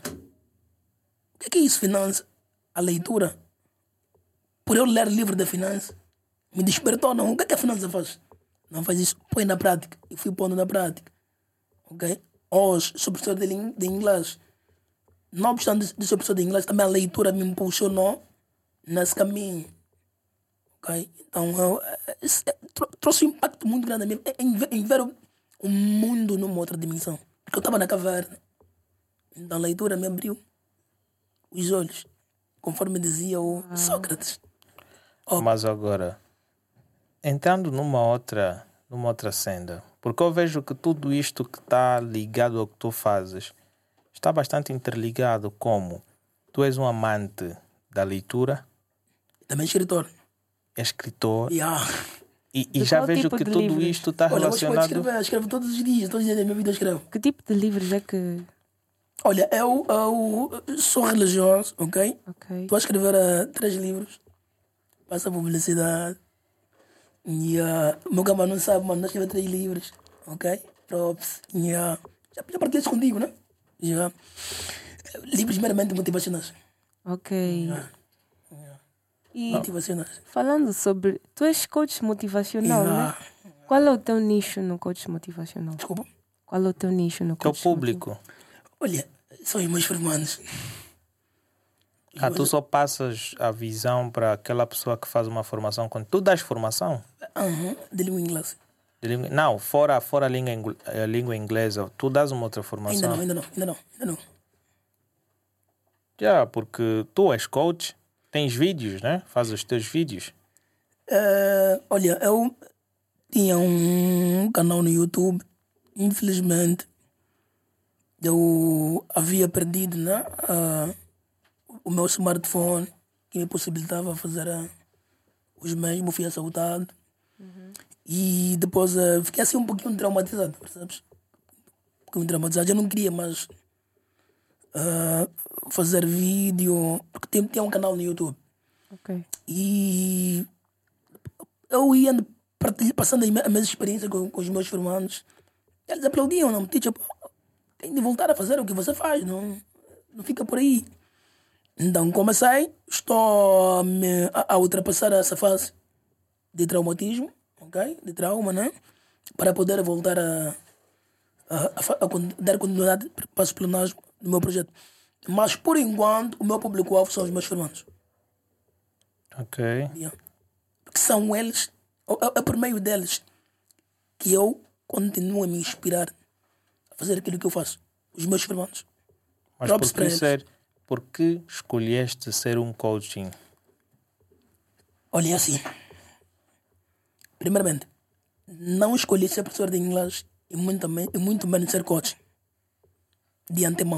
O que é, que é isso, finanças? A leitura. Por eu ler livro de finanças, me despertou, não. O que é que a finança faz? Não faz isso, põe na prática. Eu fui pondo na prática. Ok? Hoje, sou professor de, de inglês. Não obstante de ser professor de inglês, também a leitura me impulsionou nesse caminho. Okay? Então, eu, eu, trouxe um impacto muito grande em, em, em ver o, o mundo numa outra dimensão. Porque eu estava na caverna. Então, a leitura me abriu os olhos, conforme dizia o ah. Sócrates. Oh. Mas agora, entrando numa outra, numa outra senda, porque eu vejo que tudo isto que está ligado ao que tu fazes está bastante interligado, como tu és um amante da leitura. Também escritor. É escritor. Yeah. E, e já vejo tipo que tudo livros? isto está Olha, relacionado... Olha, escrever, escrevo todos os dias, todos os dias da minha vida eu escrevo. Que tipo de livros é que... Olha, eu, eu sou religioso, ok? Ok. Estou a escrever uh, três livros. Passa a publicidade. E uh, o meu cama não sabe, mano, não escrever três livros, ok? Props. Yeah. Já, já partilhei isso contigo, né? Já. Livros meramente motivacionais. Ok. Yeah. E motivacionais. Falando sobre... Tu és coach motivacional, Yeah. né? Qual é o teu nicho no coach motivacional? Desculpa? Qual é o teu nicho no Teu coach público. Olha, são os meus formandos. Ah, tu só passas a visão para aquela pessoa que faz uma formação. Quando tu dás formação? Uhum, de língua inglesa. De língua... Não, fora, fora a, língua ingl... a língua inglesa, tu dás uma outra formação. Ainda não, ainda não, ainda não, ainda não. Já, yeah, porque tu és coach, tens vídeos, né? Fazes os teus vídeos. Uh, olha, eu tinha um canal no YouTube, infelizmente eu havia perdido, né, uh, o meu smartphone que me possibilitava fazer uh, os mesmos, fui assaltado. Uhum. E depois uh, fiquei assim um pouquinho traumatizado, percebes? Um pouquinho traumatizado, eu não queria mais uh, fazer vídeo, porque tem, tem um canal no YouTube. Ok. E eu ia passando as minhas experiências com, com os meus formandos. Eles aplaudiam, não, teacher, tem de voltar a fazer o que você faz, não, não fica por aí. Então comecei, estou a, me, a, a ultrapassar essa fase de traumatismo, ok? De trauma, né? Para poder voltar a, a, a, a dar continuidade para os planos do meu projeto. Mas por enquanto, o meu público-alvo são os meus formandos. Ok. Yeah. Porque são eles, é, é por meio deles que eu continuo a me inspirar a fazer aquilo que eu faço. Os meus formandos. Mas por que, ser, por que escolheste ser um coaching? Olha, é assim. Primeiramente, não escolhi ser professor de inglês e muito, e muito menos ser coach. De antemão.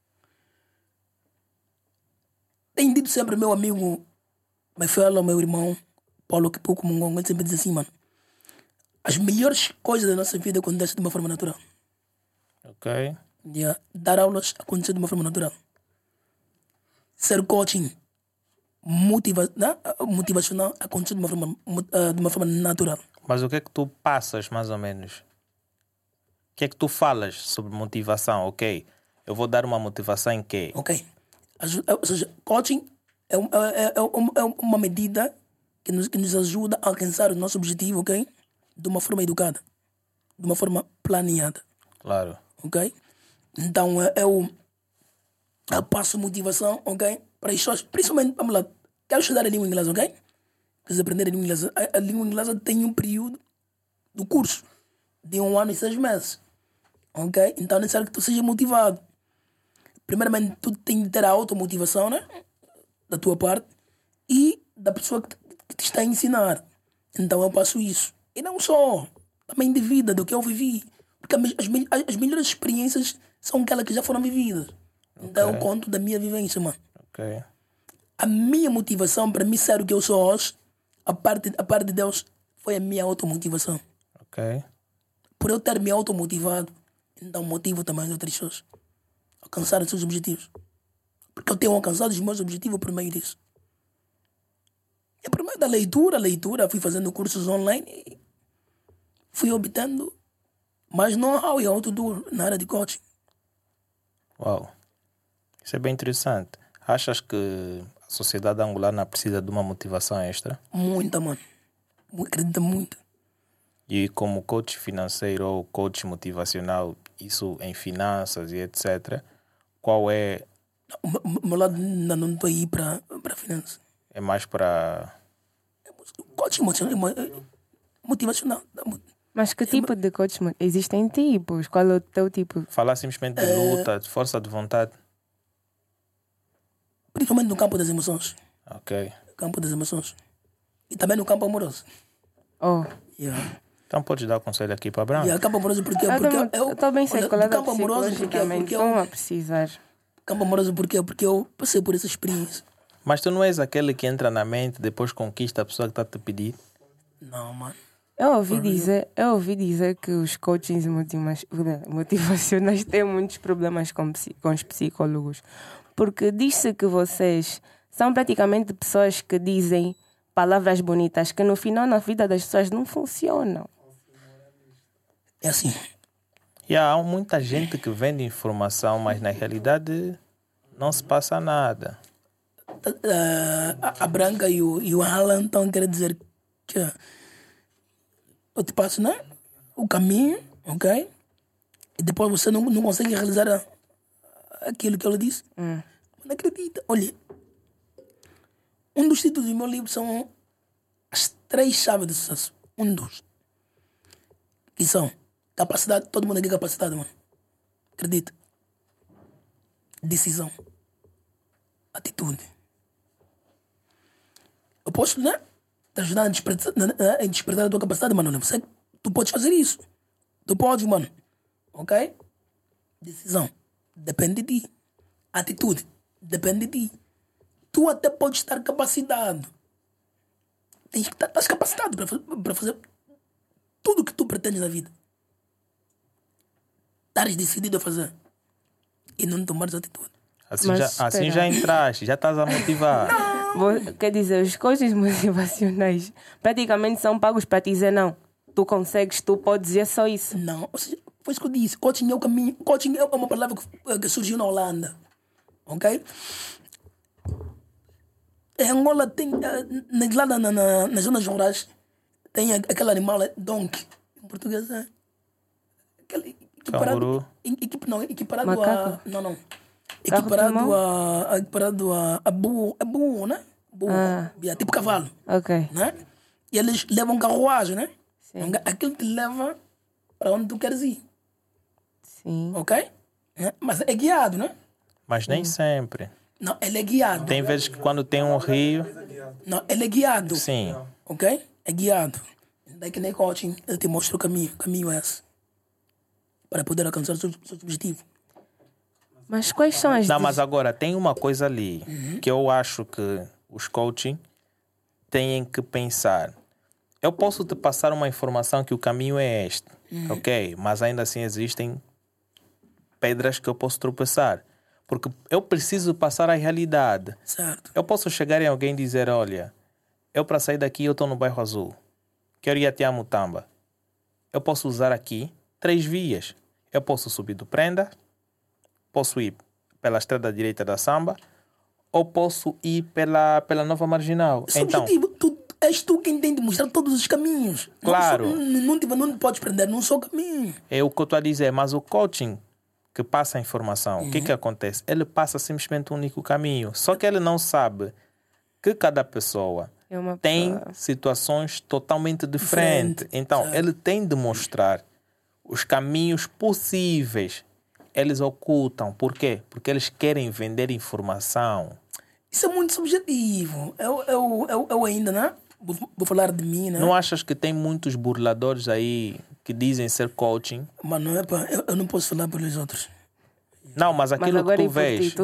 Tenho dito sempre meu amigo, meu fellow, meu irmão, Paulo Kipuco Mungongo, ele sempre diz assim, mano. As melhores coisas da nossa vida acontecem de uma forma natural. Ok. Yeah. Dar aulas acontece de uma forma natural. Ser coaching motiva né? motivacional acontece de uma, forma, uh, de uma forma natural. Mas o que é que tu passas, mais ou menos? O que é que tu falas sobre motivação? Ok, eu vou dar uma motivação em quê? Ok. Ou seja, coaching é, é, é, é uma medida que nos, que nos ajuda a alcançar o nosso objetivo, ok? De uma forma educada. De uma forma planeada. Claro. Ok? Então eu, eu passo motivação, ok? Para as pessoas, principalmente, vamos lá, quero estudar a língua inglesa, ok? Queres aprender a língua inglesa? A, a língua inglesa tem um período do curso de um ano e seis meses, ok? Então é necessário que tu seja motivado. Primeiramente, tu tens de ter a automotivação, né? Da tua parte e da pessoa que te, que te está a ensinar. Então eu passo isso. E não só, também de vida, do que eu vivi. Porque as, as, as melhores experiências são aquelas que já foram vividas. Então okay. eu conto da minha vivência, mano. Ok. A minha motivação para mim ser o que eu sou hoje, a parte, a parte de Deus, foi a minha automotivação. Ok. Por eu ter me automotivado, então motivo também as outras pessoas a alcançar os seus objetivos. Porque eu tenho alcançado os meus objetivos por meio disso. E por meio da leitura, leitura, fui fazendo cursos online e fui obtendo mais know-how e outdoor na área de coaching. Uau. Isso é bem interessante. Achas que a sociedade angolana precisa de uma motivação extra? Muita, mano. Acredita muito. E como coach financeiro ou coach motivacional, isso em finanças e etcétera, qual é... O meu- o meu lado ainda não estou aí para a finança. É mais para... Coaching motivacional. motivacional. Mas que tipo de coach? mo- Existem tipos. Qual é o teu tipo? Falar simplesmente de luta, de força de vontade. Principalmente no campo das emoções. Ok. No campo das emoções. E também no campo amoroso. Oh, Yeah. Então podes dar o conselho aqui para Branco. Yeah, campo amoroso porque... eu porque estou- eu estou bem olha, circulada campo amoroso porque, psicologicamente. porque Estão eu, a precisar. campo amoroso porque, porque eu passei por essa experiência. Mas tu não és aquele que entra na mente, depois conquista a pessoa que está a te pedir? Não, mano. Eu ouvi dizer, eu ouvi dizer que os coachings motiva- motivacionais têm muitos problemas com, psi- com os psicólogos. Porque diz-se que vocês são praticamente pessoas que dizem palavras bonitas que no final na vida das pessoas não funcionam. É assim. E há muita gente que vende informação, mas na realidade não se passa nada. Uh, a, a Branca e o, e o Alan estão querendo dizer que eu te passo, né? O caminho, ok? E depois você não, não consegue realizar a- aquilo que ela disse. Hum. Não acredita. Olha, um dos títulos do meu livro são as três chaves do sucesso. Um dos. Que são capacidade, todo mundo aqui é capacidade, mano. Acredita. Decisão. Atitude. Eu posso, né? Te ajudar a despertar, a despertar a tua capacidade, mano. Você, tu podes fazer isso. Tu podes, mano. Ok? Decisão. Depende de ti. Atitude. Depende de ti. Tu até podes estar capacitado. Tens que estar estás capacitado para, para fazer tudo o que tu pretendes na vida. Estares decidido a fazer. E não tomares atitude. Assim, Mas já, espera. assim já entraste, já estás a motivar. Vou- Quer dizer, os coaches motivacionais praticamente são pagos para te dizer não. Tu consegues, tu podes, e é só isso. Não, ou seja, foi isso que eu disse. Coaching é o caminho. Coaching é uma palavra que, que surgiu na Holanda. Ok? Em Angola tem, eh, na- lá na, na, na- nas zonas rurais, tem a- aquele animal, é donkey. Em português é. Aquele equiparado. Canguru. equip- não, equiparado Macaco? a. Não, não. Carro de Equiparado mão? a, a. Equiparado a, a burro. É burro, né? Burro. Ah. Yeah, tipo cavalo. Ok. Né? E eles levam carruagem, né? Sim. Aquilo te leva para onde tu queres ir. Sim. Ok? É, mas é guiado, né? Mas nem sempre. Não, ele é guiado. Tem vezes que quando tem um rio, Não, ele é guiado. sim. Ok? É guiado. Daí que nem coaching, ele te mostra o caminho. O caminho é esse. Para poder alcançar o seu, seu objetivo. Mas quais são as... Não, des- mas agora tem uma coisa ali que eu acho que os coaching têm que pensar. Eu posso te passar uma informação que o caminho é este, ok? Mas ainda assim existem pedras que eu posso tropeçar. Porque eu preciso passar a realidade. Certo? Eu posso chegar em alguém e dizer, olha, eu para sair daqui eu estou no bairro Azul. Quero ir até a Mutamba. Eu posso usar aqui três vias. Eu posso subir do Prenda, posso ir pela estrada direita da Samba ou posso ir pela, pela Nova Marginal. Esse Então, objetivo, tu, és tu quem tem de mostrar todos os caminhos. Claro. Não, só, não, não, te, não te podes prender num só caminho. é o que eu estou a dizer, mas o coaching que passa a informação, o que que acontece? Ele passa simplesmente um único caminho. Só que ele não sabe que cada pessoa É uma tem pessoa- situações totalmente diferentes. Diferente, Então, certo. ele tem de mostrar os caminhos possíveis. Eles ocultam. Por quê? Porque eles querem vender informação. Isso é muito subjetivo. Eu, eu, eu, eu ainda, né? Vou, vou falar de mim, né? Não achas que tem muitos burladores aí que dizem ser coaching? Mas não é para. Eu, eu não posso falar pelos outros. Não, mas Mas aquilo que agora tu e por ti, vês... tu fa-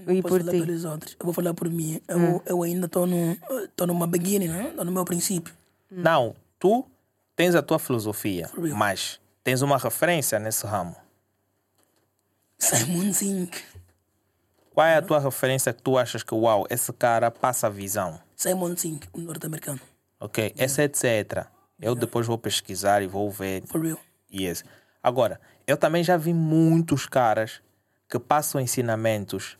Não E posso por falar ti? pelos outros. Eu vou falar por mim. Eu, eu ainda estou no, tô numa beginning, né? Estou no meu princípio. Não, tu tens a tua filosofia, For real. mas tens uma referência nesse ramo. Simon Sink. Qual é a tua referência que tu achas que, uau, esse cara passa a visão? Simon Sink, um norte-americano. Ok, esse etcétera. Eu depois vou pesquisar e vou ver. For real. Yes. Agora, eu também já vi muitos caras que passam ensinamentos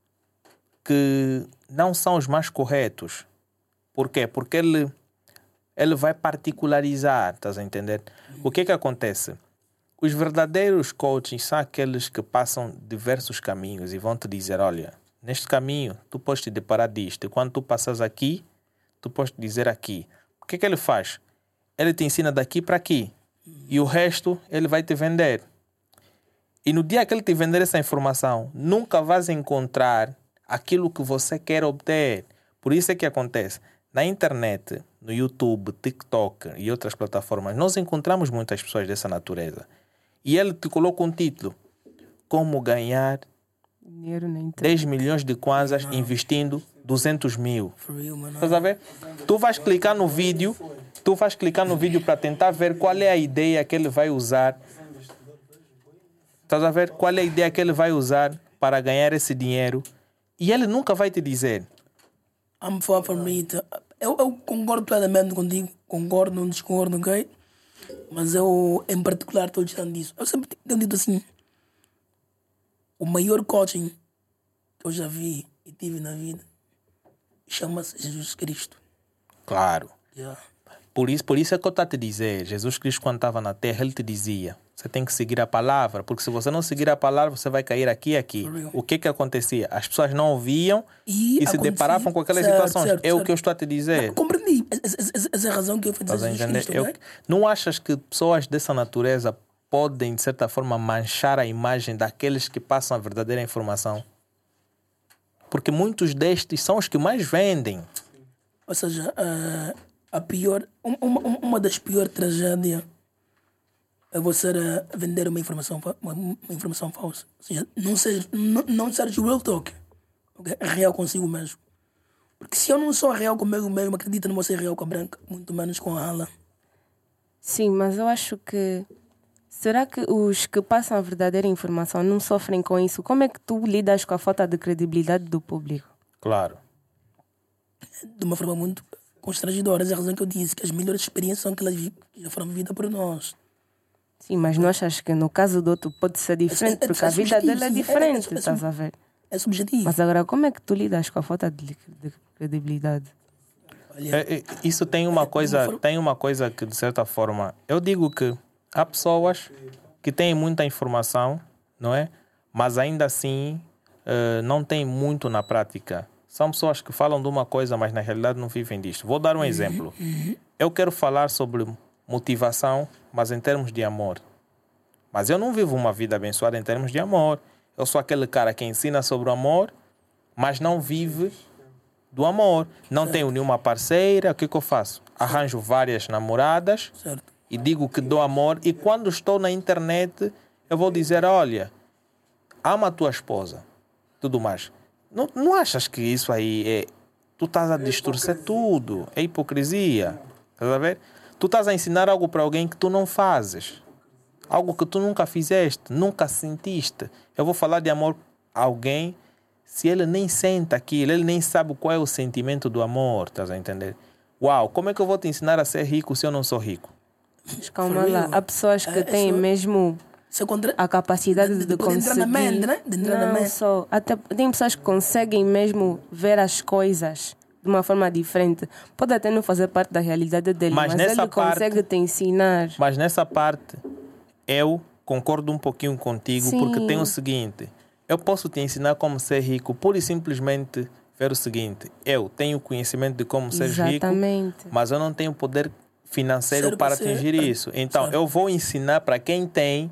que não são os mais corretos. Por quê? Porque ele, ele vai particularizar, estás a entender? O que é que acontece? Os verdadeiros coachings são aqueles que passam diversos caminhos e vão te dizer, olha, neste caminho tu podes te deparar disto. E quando tu passas aqui, tu podes te dizer aqui. O que é que ele faz? Ele te ensina daqui para aqui. E o resto ele vai te vender. E no dia que ele te vender essa informação, nunca vais encontrar aquilo que você quer obter. Por isso é que acontece. Na internet, no YouTube, TikTok e outras plataformas, nós encontramos muitas pessoas dessa natureza. E ele te coloca um título. Como ganhar Dinheiro na internet. dez milhões de kwanzas investindo duzentos mil. For real, mano. Estás a ver? Tu vais clicar no vídeo, tu vais clicar no vídeo para tentar ver qual é a ideia que ele vai usar. Estás a ver? Qual é a ideia que ele vai usar para ganhar esse dinheiro? E ele nunca vai te dizer. I'm far from it. Eu, eu concordo plenamente contigo. Concordo, não discordo, ok? Mas eu, em particular, estou distante disso. Eu sempre tenho dito assim: o maior coaching que eu já vi e tive na vida chama-se Jesus Cristo. Claro. Yeah. Por isso, por isso é que eu estou a te dizer. Jesus Cristo, quando estava na terra, ele te dizia: você tem que seguir a palavra, porque se você não seguir a palavra, você vai cair aqui e aqui. For real. O que que acontecia? As pessoas não ouviam E e, se acontecia- deparavam com aquelas certo, situações. certo, é o certo. que eu estou a te dizer. Compreendi. Essa, essa, essa é a razão que eu fui dizer Estás a Jesus entender? Cristo, Eu- ok? não achas que pessoas dessa natureza podem, de certa forma, manchar a imagem daqueles que passam a verdadeira informação? Porque muitos destes são os que mais vendem. Ou seja, a, a pior, uma, uma- uma das piores tragédias é você eh, vender uma informação, fa- uma, uma informação falsa. Ou seja, não seja, não, não seja real talk. Okay? Real consigo mesmo. Porque se eu não sou real comigo mesmo, acredita, não vou ser real com a Branca, muito menos com a Alan. Sim, mas eu acho que... Será que os que passam a verdadeira informação não sofrem com isso? Como é que tu lidas com a falta de credibilidade do público? Claro. De uma forma muito constrangedora. Essa é a razão que eu disse, que as melhores experiências são aquelas vi- que já foram vividas por nós. Sim, mas não achas que no caso do outro pode ser diferente? É- é- Porque é a vida subjetivo, dele é sim. É- é- diferente, é- é estás a ver? É subjetivo. Mas agora, como é que tu lidas com a falta de, de credibilidade? Olha, É, é, isso tem uma coisa, tem uma coisa que, de certa forma, eu digo que há pessoas que têm muita informação, não é? Mas ainda assim eh, não têm muito na prática. São pessoas que falam de uma coisa, mas na realidade não vivem disto. Vou dar um exemplo. Eu quero falar sobre motivação, mas em termos de amor. Mas eu não vivo uma vida abençoada em termos de amor. Eu sou aquele cara que ensina sobre o amor, mas não vive do amor. Não tenho nenhuma parceira. O que que eu faço? Arranjo várias namoradas certo. e digo que dou amor. E quando estou na internet, eu vou dizer, olha, ama a tua esposa. Tudo mais. Não, não achas que isso aí é... Tu estás a distorcer tudo. É hipocrisia. Estás a ver? Tu estás a ensinar algo para alguém que tu não fazes. Algo que tu nunca fizeste, nunca sentiste. Eu vou falar de amor a alguém se ele nem sente aquilo, ele nem sabe qual é o sentimento do amor, estás a entender? Uau, como é que eu vou te ensinar a ser rico se eu não sou rico? Mas calma For lá, real. há pessoas que É, têm isso- mesmo Isso é contra... a capacidade De- de, de poder entrar conseguir... na mente, né? De entrar na não mente. só, até tem pessoas que conseguem mesmo ver as coisas de uma forma diferente. Pode até não fazer parte da realidade dele, Mas mas, nessa ele parte- consegue te ensinar. Mas nessa parte, eu concordo um pouquinho contigo, Sim. porque tem o seguinte, eu posso te ensinar como ser rico, pura e simplesmente ver o seguinte, eu tenho conhecimento de como ser rico, Exatamente. mas eu não tenho poder financeiro Ser para você- atingir isso. Então, Certo. eu vou ensinar para quem tem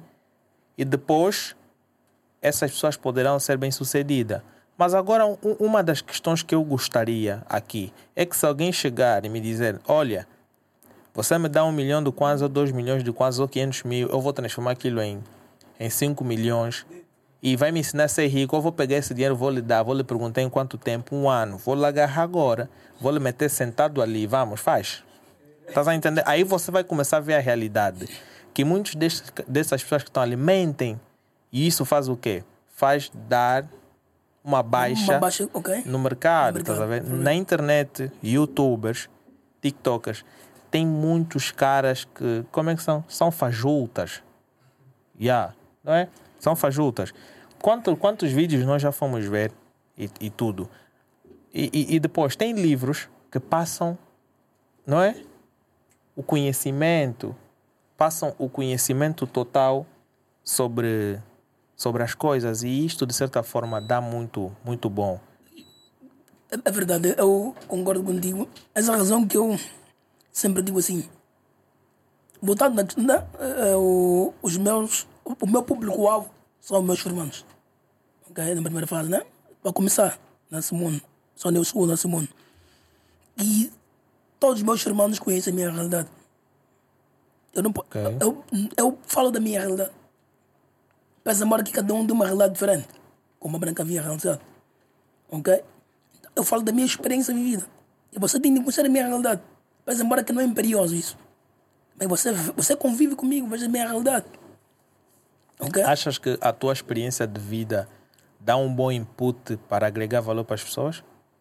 e depois essas pessoas poderão ser bem-sucedidas. Mas agora, um- uma das questões que eu gostaria aqui é que se alguém chegar e me dizer, olha, você me dá um milhão de kwanza, ou dois milhões de kwanza, ou quinhentos mil, eu vou transformar aquilo em, em cinco milhões e vai me ensinar a ser rico, eu vou pegar esse dinheiro, vou lhe dar, vou lhe perguntar em quanto tempo, um ano, vou lhe agarrar agora, vou lhe meter sentado ali, vamos, faz. Estás a entender? Aí você vai começar a ver a realidade. Que muitos destes, dessas pessoas que estão ali mentem. E isso faz o quê? Faz dar uma baixa, Uma baixa okay. no mercado. No Estás a ver? mercado. Na internet, youtubers, tiktokers, tem muitos caras que, como é que são? São fajutas. Yeah, não é? São fajutas. Quanto, quantos vídeos nós já fomos ver e, e tudo. E, e, e depois, tem livros que passam, não é? O conhecimento, passam o conhecimento total sobre, sobre as coisas, e isto de certa forma dá muito, muito bom. É, é verdade, eu concordo contigo. Essa é a razão que eu sempre digo assim, voltando na, na, é, o, os meus, o, o meu público-alvo são os meus irmãos. Okay? Na primeira fase, né? Para começar, nesse mundo, só eu sou nesse mundo. E todos os meus irmãos conhecem a minha realidade. Eu, não, Okay. eu, eu falo da minha realidade. Pensa embora que cada um tem uma realidade diferente. Como a Branca havia realidade. Ok? Eu falo da minha experiência vivida. E você tem de conhecer a minha realidade. Pensa embora que não é imperioso isso. Mas você, você convive comigo, veja a minha realidade. Ok? Achas que a tua experiência de vida dá um bom input para agregar valor para as pessoas?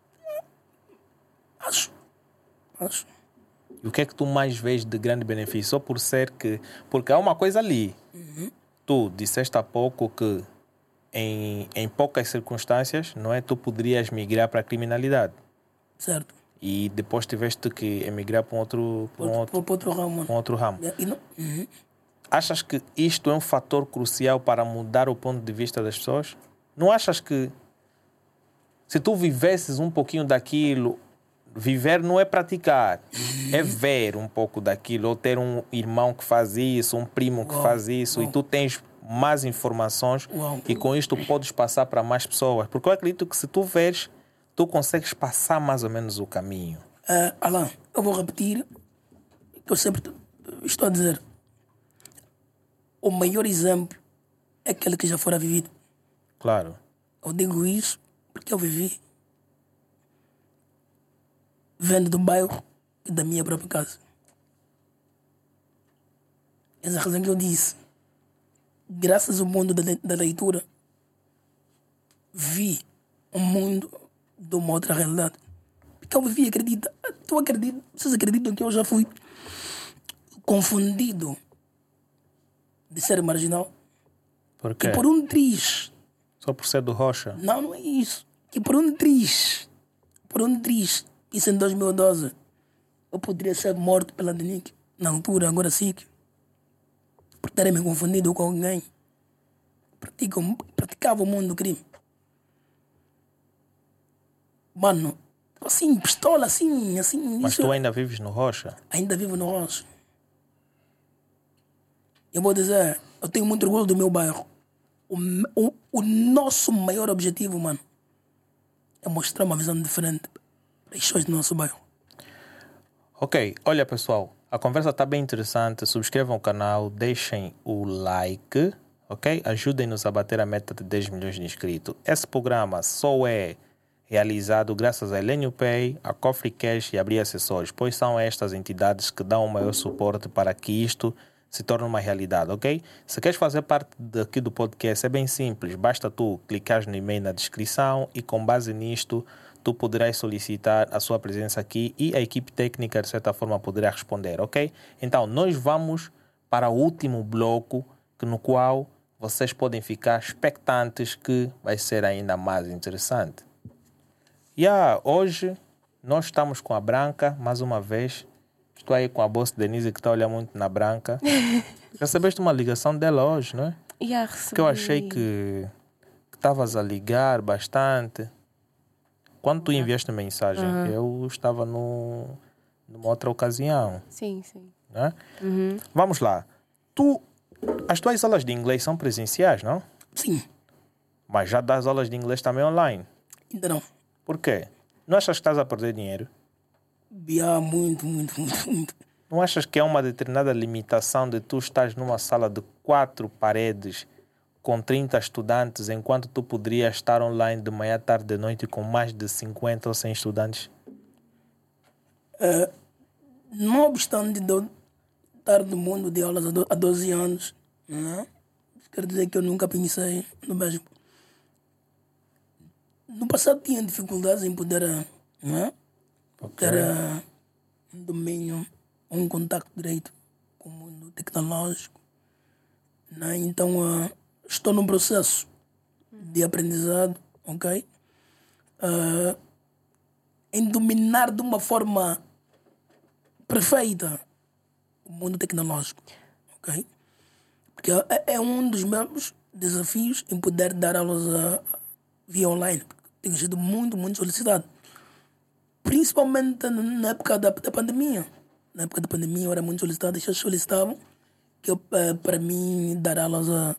Acho. Acho. E o que é que tu mais vês de grande benefício? Só por ser que... Porque há uma coisa ali. Uhum. Tu disseste há pouco que em, em poucas circunstâncias, não é? Tu poderias migrar para a criminalidade. Certo. E depois tiveste que emigrar para um outro, para um outro, Para outro ramo. para um outro ramo. E não, uhum. Achas que isto é um fator crucial para mudar o ponto de vista das pessoas? Não achas que se tu vivesses um pouquinho daquilo, viver não é praticar, é ver um pouco daquilo, ou ter um irmão que faz isso, um primo que Uau, faz isso, uau. e tu tens mais informações Uau. e com isto podes passar para mais pessoas. Porque eu acredito que se tu veres, tu consegues passar mais ou menos o caminho. Uh, Alain, eu vou repetir o que eu sempre estou a dizer. O maior exemplo é aquele que já fora vivido. Claro. Eu digo isso porque eu vivi. Vendo do bairro e da minha própria casa. Essa é a razão que eu disse. Graças ao mundo da, da leitura, vi um mundo de uma outra realidade. Porque eu vivi, acredita. Tu acreditas, vocês acreditam que eu já fui confundido de ser marginal? Por quê? E por um triz. Só por ser do Rocha? Não, não é isso. E por um triz. Por um triz. Isso em dois mil e doze. Eu poderia ser morto pela D N I C. Na altura, agora sim. Por terem me confundido com alguém. Praticam, praticava o mundo do crime. Mano, assim, pistola, assim, assim. Mas isso, tu ainda vives no Rocha? ainda vivo no Rocha. Eu vou dizer, eu tenho muito orgulho do meu bairro. O, o, o nosso maior objetivo, mano, é mostrar uma visão diferente das pessoas do nosso bairro. Ok, olha pessoal, a conversa está bem interessante. Subscrevam o canal, deixem o like, ok? Ajudem-nos a bater a meta de dez milhões de inscritos. Esse programa só é realizado graças a Elenio Pay, a Cofre Cash e a Abrir Acessórios, pois são estas entidades que dão o maior suporte para que isto se torne uma realidade, ok? Se queres fazer parte daqui do podcast, é bem simples. Basta tu clicar no e-mail na descrição e com base nisto, tu poderás solicitar a sua presença aqui e a equipe técnica, de certa forma, poderá responder, ok? Então, nós vamos para o último bloco, que no qual vocês podem ficar expectantes, que vai ser ainda mais interessante. E yeah, hoje nós estamos com a Branca, mais uma vez. Estou aí com a boss Denise, que está a olhar muito na Branca. Recebeste uma ligação dela hoje, não é? Yeah, recebi. Porque eu achei que estavas a ligar bastante. Quando tu enviaste a mensagem, Uhum. eu estava no, numa outra ocasião. Sim, sim. Né? Uhum. Vamos lá. Tu, as tuas aulas de inglês são presenciais, não? Sim, Mas já das aulas de inglês também online. ainda não. Por quê? Não achas que estás a perder dinheiro? Biá, muito, muito, muito, muito. Não achas que há uma determinada limitação de tu estás numa sala de quatro paredes com trinta estudantes, enquanto tu poderias estar online de manhã, tarde, de noite com mais de cinquenta ou cem estudantes? Uh, não obstante de eu estar no mundo de aulas há doze anos, né? Quero dizer que eu nunca pensei no mesmo. No passado tinha dificuldades em poder, né? Okay. ter uh, um domínio, um contacto direito com o mundo tecnológico. Né? Então, uh, estou num processo de aprendizado, ok? Uh, em dominar de uma forma perfeita o mundo tecnológico, ok? Porque é, é um dos meus desafios em poder dar aulas uh, via online. Tenho sido muito, muito solicitado. Principalmente na época da, da pandemia. Na época da pandemia eu era muito solicitado, eles solicitavam que eu, uh, para mim, dar aulas uh,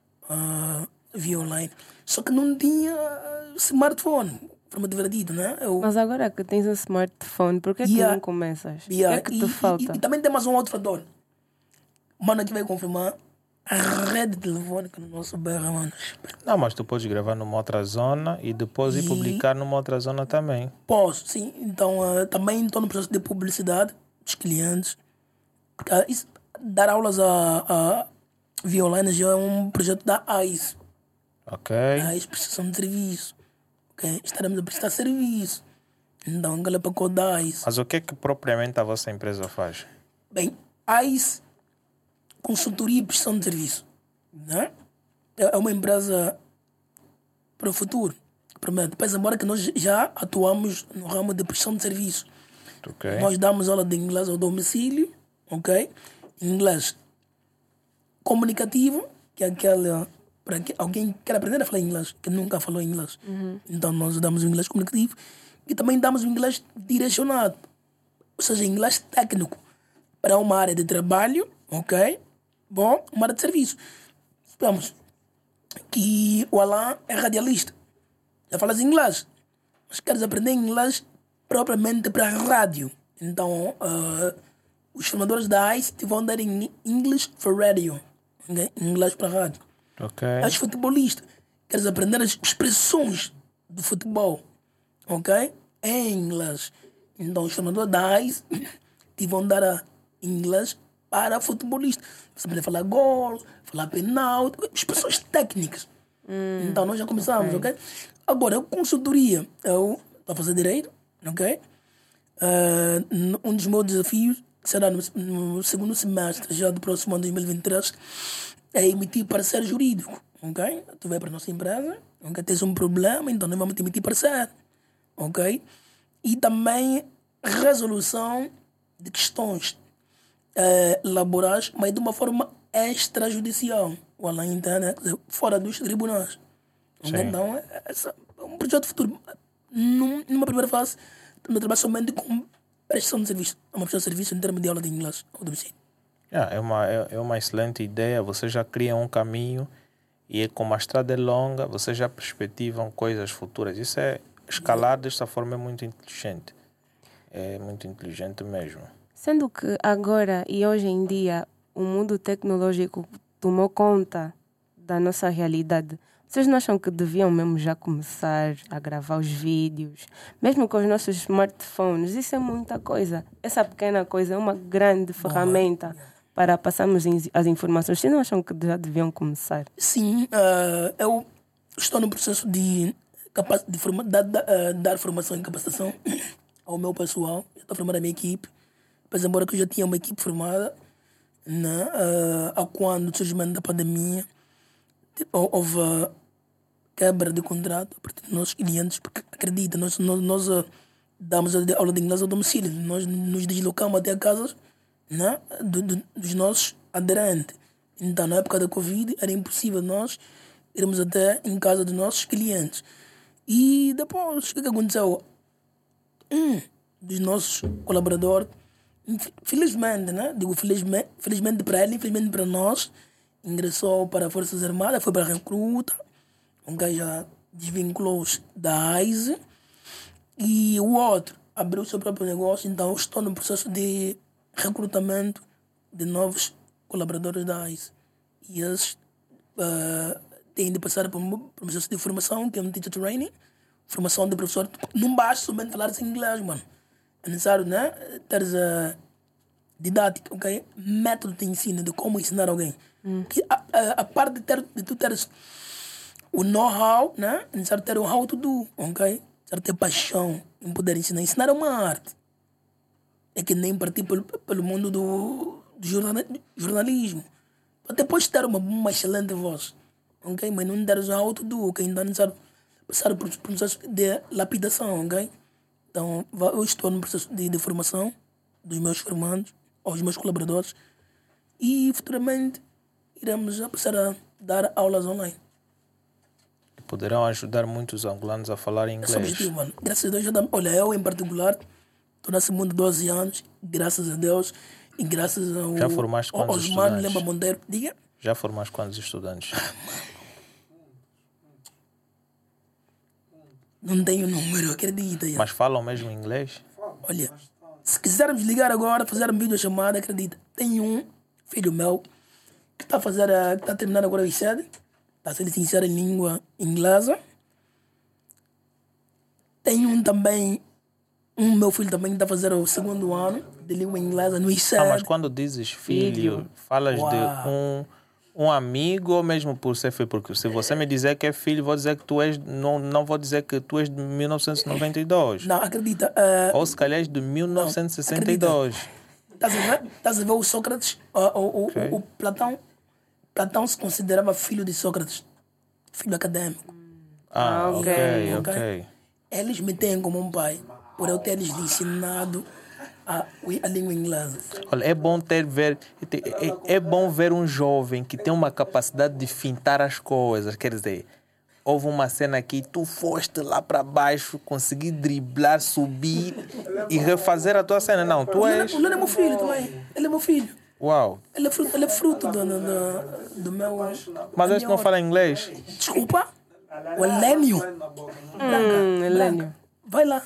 uh, via online. Só que não tinha smartphone, de forma divertida, né? Eu... Mas agora que tens um smartphone, por que, yeah. que não começas? O Yeah. que é que te e, falta? E, e, e também tem mais um outro fator. Mano, aqui vai confirmar a rede telefônica no nosso bairro, mano. Não, mas tu podes gravar numa outra zona e depois E- ir publicar numa outra zona também. Posso, sim. Então, uh, também estou no processo de publicidade dos clientes. Porque, uh, isso, dar aulas a, a via online já é um projeto da A I S. Ok? A I S prestação de serviço. Okay? Estaremos a prestar serviço. Então, aquele pacote da A I S. Mas o que é que propriamente a vossa empresa faz? Bem, A I S, consultoria e prestação de serviço. Né? É uma empresa para o futuro. Promete. Depois, embora que nós já atuamos no ramo de prestação de serviço. Ok? Nós damos aula de inglês ao domicílio, ok? Inglês comunicativo, que é aquele para que alguém quer aprender a falar inglês, que nunca falou inglês. Então nós damos o inglês comunicativo e também damos o inglês direcionado, ou seja, inglês técnico para uma área de trabalho, ok? Bom, uma área de serviço. Vamos, que o Alan é radialista, já falas inglês, mas queres aprender inglês propriamente para a rádio. Então, uh, os formadores da A I S te vão dar em English for Radio, okay? Inglês para rádio. Ok? És futebolista, queres aprender as expressões do futebol, ok? Em inglês. Então, os formadores da A I S te vão dar a inglês para futebolista. Você pode falar gol, falar penal, expressões técnicas. Hum, Então, nós já começamos, ok? Agora, a consultoria, eu estou a fazer direito, ok? Uh, um dos meus desafios será no, no segundo semestre já do próximo ano dois mil e vinte e três é emitir parecer jurídico, ok? Tu vai para a nossa empresa, ok? Tens um problema, então nós vamos te emitir parecer, ok? E também resolução de questões uh, laborais, mas de uma forma extrajudicial, ou além interna, quer dizer, fora dos tribunais. Sim. Então, é, é um projeto futuro. Num, numa primeira fase, eu trabalho somente com prestação de serviço. É uma prestação de serviço em termos de aula de inglês ao domicílio. Yeah, é, uma, é, é uma excelente ideia. Você já cria um caminho e como a estrada é longa, você já perspectivam coisas futuras. Isso é escalar desta forma é muito inteligente. É muito inteligente mesmo. Sendo que agora e hoje em dia o mundo tecnológico tomou conta da nossa realidade, vocês não acham que deviam mesmo já começar a gravar os vídeos? Mesmo com os nossos smartphones, isso é muita coisa. Essa pequena coisa é uma grande ferramenta para passarmos as informações. Vocês não acham que já deviam começar? Sim, uh, eu estou no processo de, capac- de forma- da- da- uh, dar formação e capacitação ao meu pessoal. Eu estou a formar a minha equipe. Pois, embora que eu já tinha uma equipe formada, né, uh, ao quando o surgimento da pandemia, houve uh, quebra de contrato a partir dos nossos clientes, porque acredita, nós, nós, nós uh, damos a aula de inglês ao domicílio, nós nos deslocamos até a casa, né, do, do, dos nossos aderentes. Então, na época da Covid, era impossível nós irmos até em casa dos nossos clientes. E depois, o que, que aconteceu? Um dos nossos colaboradores, felizmente, né? Digo felizmente, felizmente para ele, infelizmente para nós, ingressou para as Forças Armadas, foi para a recruta, um gajo já desvinculou-se da A I S, e o outro abriu o seu próprio negócio. Então eu estou no processo de recrutamento de novos colaboradores da A I S. E esses uh, têm de passar por um processo de formação, que é um teacher training, formação de professor. Não basta somente falar inglês, mano. É necessário, né? Teres a didática, ok? Método de ensino, de como ensinar alguém. Hum. Que a, a, a parte de, ter, de tu teres o know-how, né? É necessário ter o how to do, ok? É necessário ter paixão em poder ensinar. Ensinar é uma arte. É que nem partir pelo, pelo mundo do, do jornal, jornalismo. Até podes ter uma, uma excelente voz, ok? Mas não teres o how to do, ok? Então é necessário passar por um processo de lapidação, ok? Então eu estou no processo de, de formação dos meus formandos, aos meus colaboradores, e futuramente iremos a passar a dar aulas online. Poderão ajudar muitos angolanos a falar inglês. Esse é o objetivo, mano. Graças a Deus, já dá... olha, eu em particular, estou nesse mundo há doze anos, graças a Deus, e graças ao, já formaste quantos ao estudantes? Osmano Lemba Monteiro. Diga? Já formaste quantos estudantes? Não tenho número, acredita. Já. Mas falam mesmo inglês? Olha, se quisermos ligar agora, fazer uma videochamada, acredita. Tem um filho meu que está a fazer, a, que está a terminar agora o I C E D, está a ser licenciado em língua inglesa. Tem um também, um meu filho também que está a fazer o segundo ano de língua inglesa no I C E D. Ah, mas quando dizes filho, filho. falas Uau. de um... um amigo ou mesmo por ser filho? Porque se você me dizer que é filho, vou dizer que tu és... Não, não vou dizer que tu és de mil novecentos e noventa e dois. Não, acredita. Uh, ou se calhar és de mil novecentos e sessenta e dois. Estás a ver? Estás a ver o Sócrates? O, o, okay. o, o Platão. Platão se considerava filho de Sócrates. Filho acadêmico. Ah, ok, ok. okay. Eles me têm como um pai. Por eu ter-lhes ensinado A, a língua inglesa. Olha, é bom ter ver é, é bom ver um jovem que tem uma capacidade de fintar as coisas. Quer dizer, houve uma cena aqui, tu foste lá para baixo, consegui driblar, subir e refazer a tua cena. Não, tu és... O Leno é meu filho também. Ele é meu filho. Uau. Ele é fruto, ele é fruto do, do, do, do meu... Mas este não fala inglês? Desculpa? O Helênio. Hum, Helênio. Vai lá.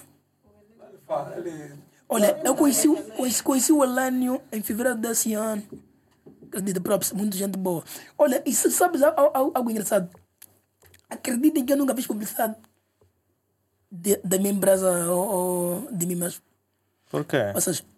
Olha, eu conheci, conheci, conheci o Helênio em fevereiro desse ano. Acredita, próprio, muita gente boa. Olha, e se sabes algo, algo, algo engraçado? Acreditem que eu nunca fiz publicidade de, da minha empresa ou, ou de mim mesmo. Por quê? Ou seja,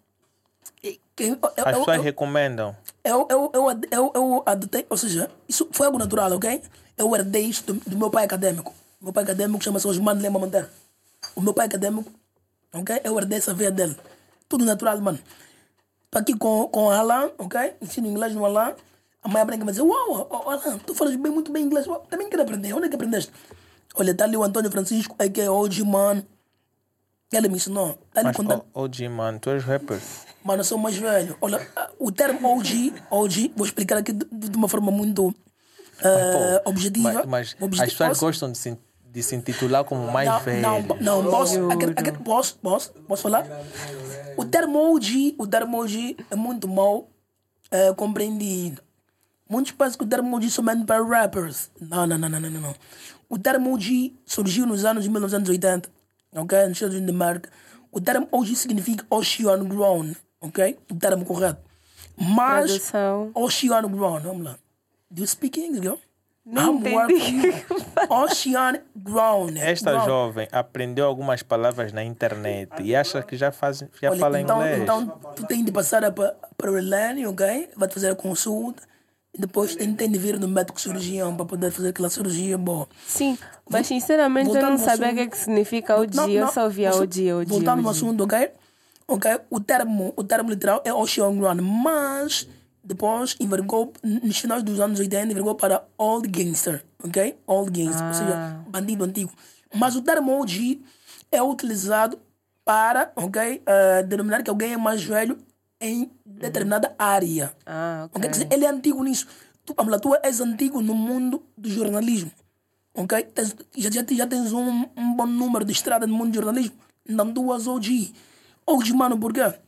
quem, eu, as pessoas eu, recomendam. Eu, eu, eu, eu, eu adotei, ou seja, isso foi algo natural, ok? Eu herdei isto do, do meu pai acadêmico. Meu pai acadêmico chama-se Osmano Lemba Monteiro. O meu pai acadêmico, ok? Eu herdei essa veia dele. Tudo natural, mano. Estou aqui com, com o Alan, ok? Ensino inglês no Alan. A mãe aprende a me dizer, uau, oh, Alan, tu falas bem, muito bem inglês. Uau, também quero aprender. Onde é que aprendeste? Olha, está ali o Antônio Francisco, que é O G, mano. Ele me ensinou. Tá ali Mas contando... O G, mano, tu és rapper. Mano, eu sou mais velho. Olha, o termo O G, O G, vou explicar aqui de, de uma forma muito uh, mas, pô, objetiva. Mas, mas objetiva. as pessoas gostam de se, de se intitular como mais não, velho. Não, não, posso, aquele, aquele, posso, posso, posso falar? O termo O G, o termo O G é muito mal uh, compreendido. Muitos pensam que o termo O G é somente para rappers. Não, não, não, não, não, não. O termo O G surgiu nos anos mil novecentos e oitenta, ok? Nos Estados Unidos da América. O termo O G significa Ocean Grown, ok? O termo correto. Mas, Tradução. Ocean Grown, vamos lá. Do you speak English, girl? Não entendi. Ocean Grown. Esta grown. jovem aprendeu algumas palavras na internet e acha que já, faz, já Olha, fala então, inglês. Então, tu tem de passar para, para o Helene, ok? Vai te fazer a consulta. E depois tem, tem de vir no médico cirurgião para poder fazer aquela cirurgia boa. Sim, mas sinceramente Voltando eu não sabia o assunto, que, é que significa O G. não, Eu não, só ouvia O G, O G. Voltando O no G. assunto, ok? Ok, o termo, o termo literal é Ocean Grown, mas depois envergou, nos finais dos anos oitenta, envergou para Old Gangster, ok? Old Gangster, Ah. ou seja, bandido antigo. Mas o termo O G é utilizado para, ok, uh, denominar que alguém é mais velho em determinada área. Ah, ok. Okay? Quer dizer, ele é antigo nisso. Tu, Amla, tu és antigo no mundo do jornalismo. Ok? Tens, já, já, já tens um, um bom número de estrada no mundo do jornalismo. Então tu és O G. O G, mano, por quê?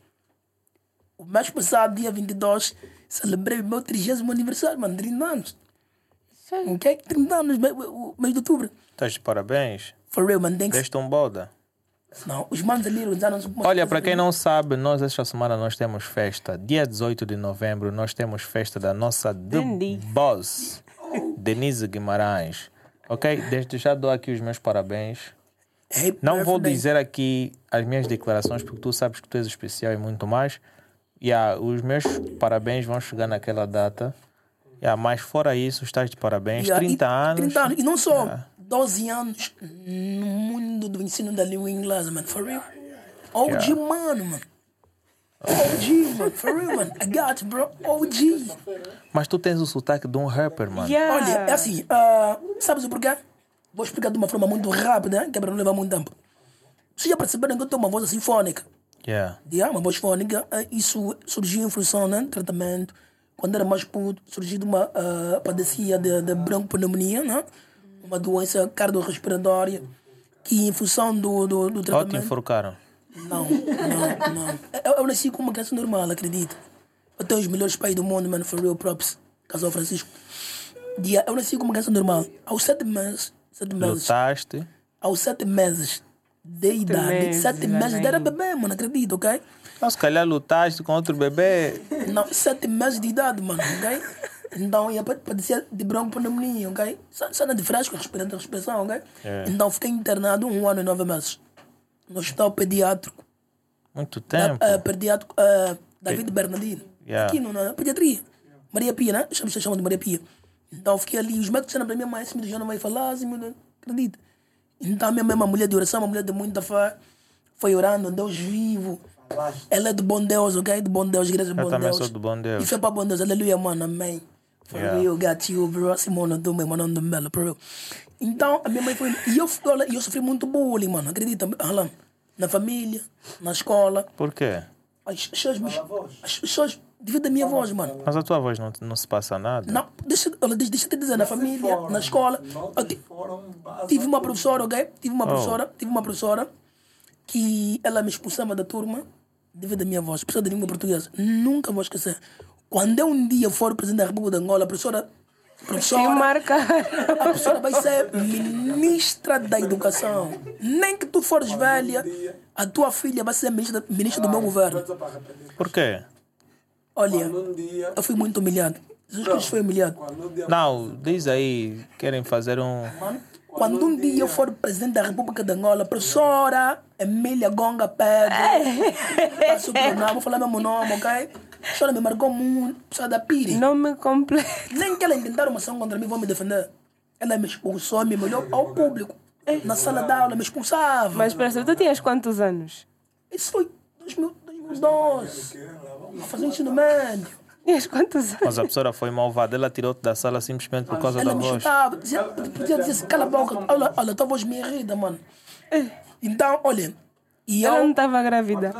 O mês passado, dia vinte e dois, celebrei o meu trigésimo aniversário, mano, trinta anos. Sim. Ok? trinta anos, mês, mês de outubro. Estás de parabéns. For real, man, thanks. Deste um boda. Não, os manos ali organizaram-se. Olha, para quem não sabe, nós esta semana nós temos festa. Dia dezoito de novembro nós temos festa da nossa The Entendi. Boss. Denise Guimarães. Ok? Desde já dou aqui os meus parabéns. Happy Não vou birthday. dizer aqui as minhas declarações, porque tu sabes que tu és especial e muito mais. Yeah, os meus parabéns vão chegar naquela data. Yeah, mas fora isso, estás de parabéns. Yeah, trinta e, anos. trinta anos. E não só Yeah. doze anos no mundo do ensino da língua inglesa, mano. For real. O G, Yeah. mano, mano. O G, mano. For real, mano. I got you, bro. O G. Mas tu tens o sotaque de um rapper, mano. Yeah. Olha, é assim. ah, sabes o porquê? Vou explicar de uma forma muito rápida, que é para não levar muito tempo. Vocês já perceberam que eu tenho uma voz assim fônica? Yeah. Yeah, uma voz fônica. ah, Isso surgiu em função, né? Tratamento. Quando era mais puto, surgiu de uma ah, padecia de, de broncopneumonia, né? Uma doença cardiorrespiratória que, em função do, do, do Ou te tratamento. enforcaram? Não, não, não. Eu, eu nasci como uma criança normal, acredito. Eu tenho os melhores pais do mundo, mano, for real props. Casal Francisco. Yeah, eu nasci como uma criança normal. Aos sete meses, sete meses, Lutaste? aos sete meses de idade, meses, sete lá meses, vem. era bebê, mano, acredito, ok? Não, se calhar lutaste com outro bebê. Não, sete meses de idade, mano, ok? Então ia pa- padecer de broncopneumonia, ok? Cena de fresco, respirando respiração, ok? É. Então fiquei internado um ano e nove meses no hospital pediátrico. Muito Da, tempo. uh, pediátrico uh, David Bernardino. Yeah. Aqui no, na pediatria. Maria Pia, né? Chama-se chama de Maria Pia. Então fiquei ali. Os médicos disseram para minha mãe: esse menino já não vai falar, assim, meu, acredita. Então a minha mãe é uma mulher de oração, uma mulher de muita fé. Foi orando, Deus vivo. Ela é do bom Deus, ok? Do bom Deus, igreja do Eu bom também Deus. sou do bom Deus. E foi para bom Deus, aleluia, mano, amém. For Yeah. real, got you, bro. Simona do meu, mano, do Melo, for real. Então a minha mãe foi. E eu, olha, eu sofri muito bullying, mano, acredita? Alan, na família, na escola. Por quê? As pessoas, me- as pessoas, devido à minha voz, mano. Mas a tua voz não, não se passa nada. Não, deixa, olha, deixa, deixa eu te dizer, na família, na escola. eu ti- tive uma professora, ok? Tive uma professora, tive uma professora que ela me expulsava da turma devido à minha voz, professora de língua portuguesa. Nunca vou esquecer. Quando eu um dia for presidente da República de Angola, a professora, Que professora, marcar. a professora vai ser ministra da educação. Nem que tu fores velha, a tua filha vai ser ministra, ministra do meu governo. Por quê? Olha, eu fui muito humilhado. Jesus Cristo foi humilhado. Não, diz aí, querem fazer um. Quando um dia eu for presidente da República de Angola, professora Emília Gonga Pedro, passo o pronome, vou falar meu nome, ok? A professora me marcou muito, professora da Piri. Nome completo. Nem que ela intentaram uma ação contra mim, vão me defender. Ela me expulsou, me olhou ao público. Na sala de aula, me expulsava. Mas para tu tinhas quantos anos? Isso foi dois mil e doze. Vou fazer ensino médio. Tinhas quantos anos? Mas a professora foi malvada, ela tirou-te da sala simplesmente por causa da Ela me voz. chutava, dizia, dizia, dizia assim, cala a boca, olha, olha, tua voz me irrita, mano. Então, olha, e Ela não eu estava grávida.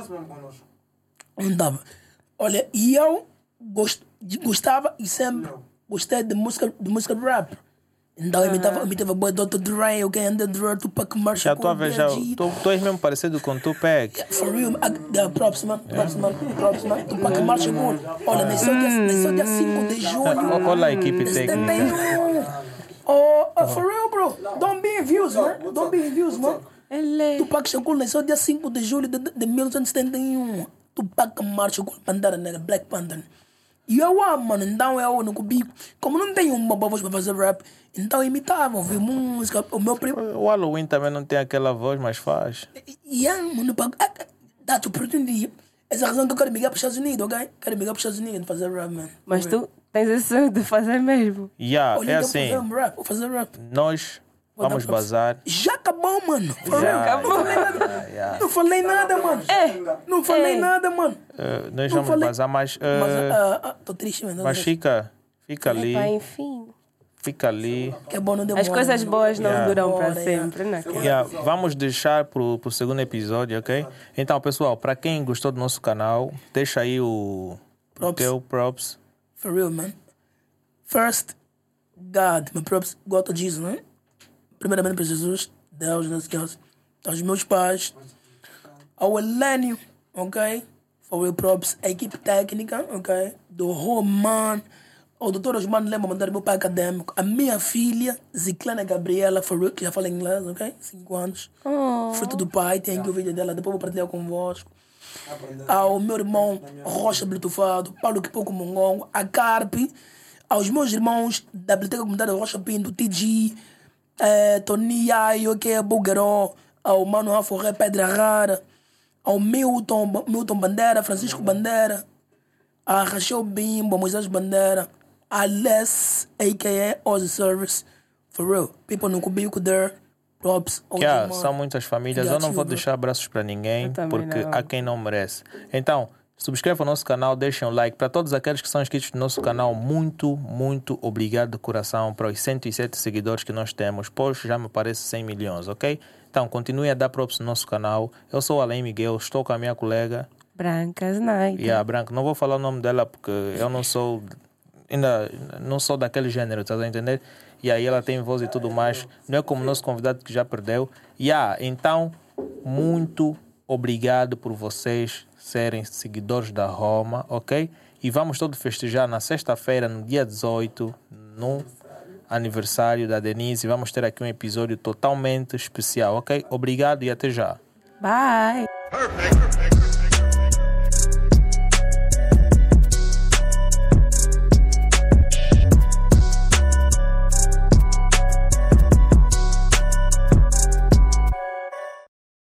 não estava. Olha, e eu gost, gostava e sempre gostei de música, de música rap. Então, eu imitava, eu imitava boy doutor Dre, ok, Under Dre, Tupac, Já Marshall, estou a ver, já. Tu, tu és mesmo parecido com tu, Peck. For real, I, uh, props, man, props, man, props, man. Tupac, Marshall, olha, nasceu dia, nasceu dia cinco de julho. Olha a equipe de técnica. setenta e um. Oh, uh, for real, bro. Don't be views, man. Don't be views, man. Ele é. Tupac Shakur nasceu dia cinco de julho de, de mil novecentos e setenta e um. Tupac Marshall, Pantera Negra, Black Panther. E eu amo, mano. Então eu no cubico. Como não tenho uma boa voz para fazer rap, então eu imitava, ouvia música. O meu primo. O Halloween também não tem aquela voz, mas faz. E yeah, mano, dá-te oportunidade. Essa é a razão que eu quero migrar para os Estados Unidos, ok? Quero migrar para os Estados Unidos fazer rap, man. Mas tu tens esse sonho de fazer mesmo. Yeah, Olha, é então assim, vou fazer rap, vou fazer rap. nós Vou vamos dar props. bazar. Já acabou, mano. For Já, real. Não falei nada. yeah, yeah. Não falei nada, mano. Não falei É. nada, mano. Uh, nós Não vamos falei- bazar, mas, uh, Mas, ah, ah, tô triste, mano. mas fica, fica ali, Epá, enfim. fica ali. Que é bom, não demora. As coisas boas não Yeah. duram para Bora, yeah. sempre, não é? Yeah, vamos deixar para o segundo episódio, ok? Então, pessoal, para quem gostou do nosso canal, deixa aí o, o Props. teu props. For real, man. First, God. My props go to Jesus, né? Primeiramente para Jesus, Deus, nas casas, aos meus pais, ao Helênio, ok? For real props, a equipe técnica, ok? Do Roman, ao doutor Osmano Lema, mandar meu pai acadêmico, a minha filha, Ziclana Gabriela, for real, que já fala inglês, ok? Cinco anos. Oh. Fruto do pai, tem aqui o vídeo dela, depois vou partilhar convosco. Ao meu irmão Rocha Bletufado, Paulo Kipoco Mongongo, a Carpe, aos meus irmãos da Biblioteca Comunitária Rocha Pinto, T G, eh, Tony Ayo, que é Bugaró, ao Mano Aforré Pedra Rara, ao Milton, Milton Bandeira, Francisco Bandeira, a Rachel Bimbo, Moisés Bandeira, a Les, a k a. Ozzy Service. For real, people no Kubico there, props. Yeah, são muitas famílias. Eu não vou bro. deixar abraços para ninguém, Eu também porque não. há quem não merece. Então, subscreva o nosso canal, deixem um like. Para todos aqueles que são inscritos no nosso canal, muito, muito obrigado de coração para os cento e sete seguidores que nós temos. Pois já me parece cem milhões, ok? Então, continue a dar props no nosso canal. Eu sou o Alain Miguel, estou com a minha colega. Brancas Night. E a Branca, não vou falar o nome dela porque eu não sou, ainda não sou daquele gênero, estás a entender? E aí ela tem voz e tudo mais. Não é como o nosso convidado que já perdeu. E yeah, então, muito obrigado por vocês serem seguidores da Roma, ok? E vamos todos festejar na sexta-feira, no dia dezoito, no aniversário da Denise. Vamos ter aqui um episódio totalmente especial, ok? Obrigado e até já. Bye. Perfect.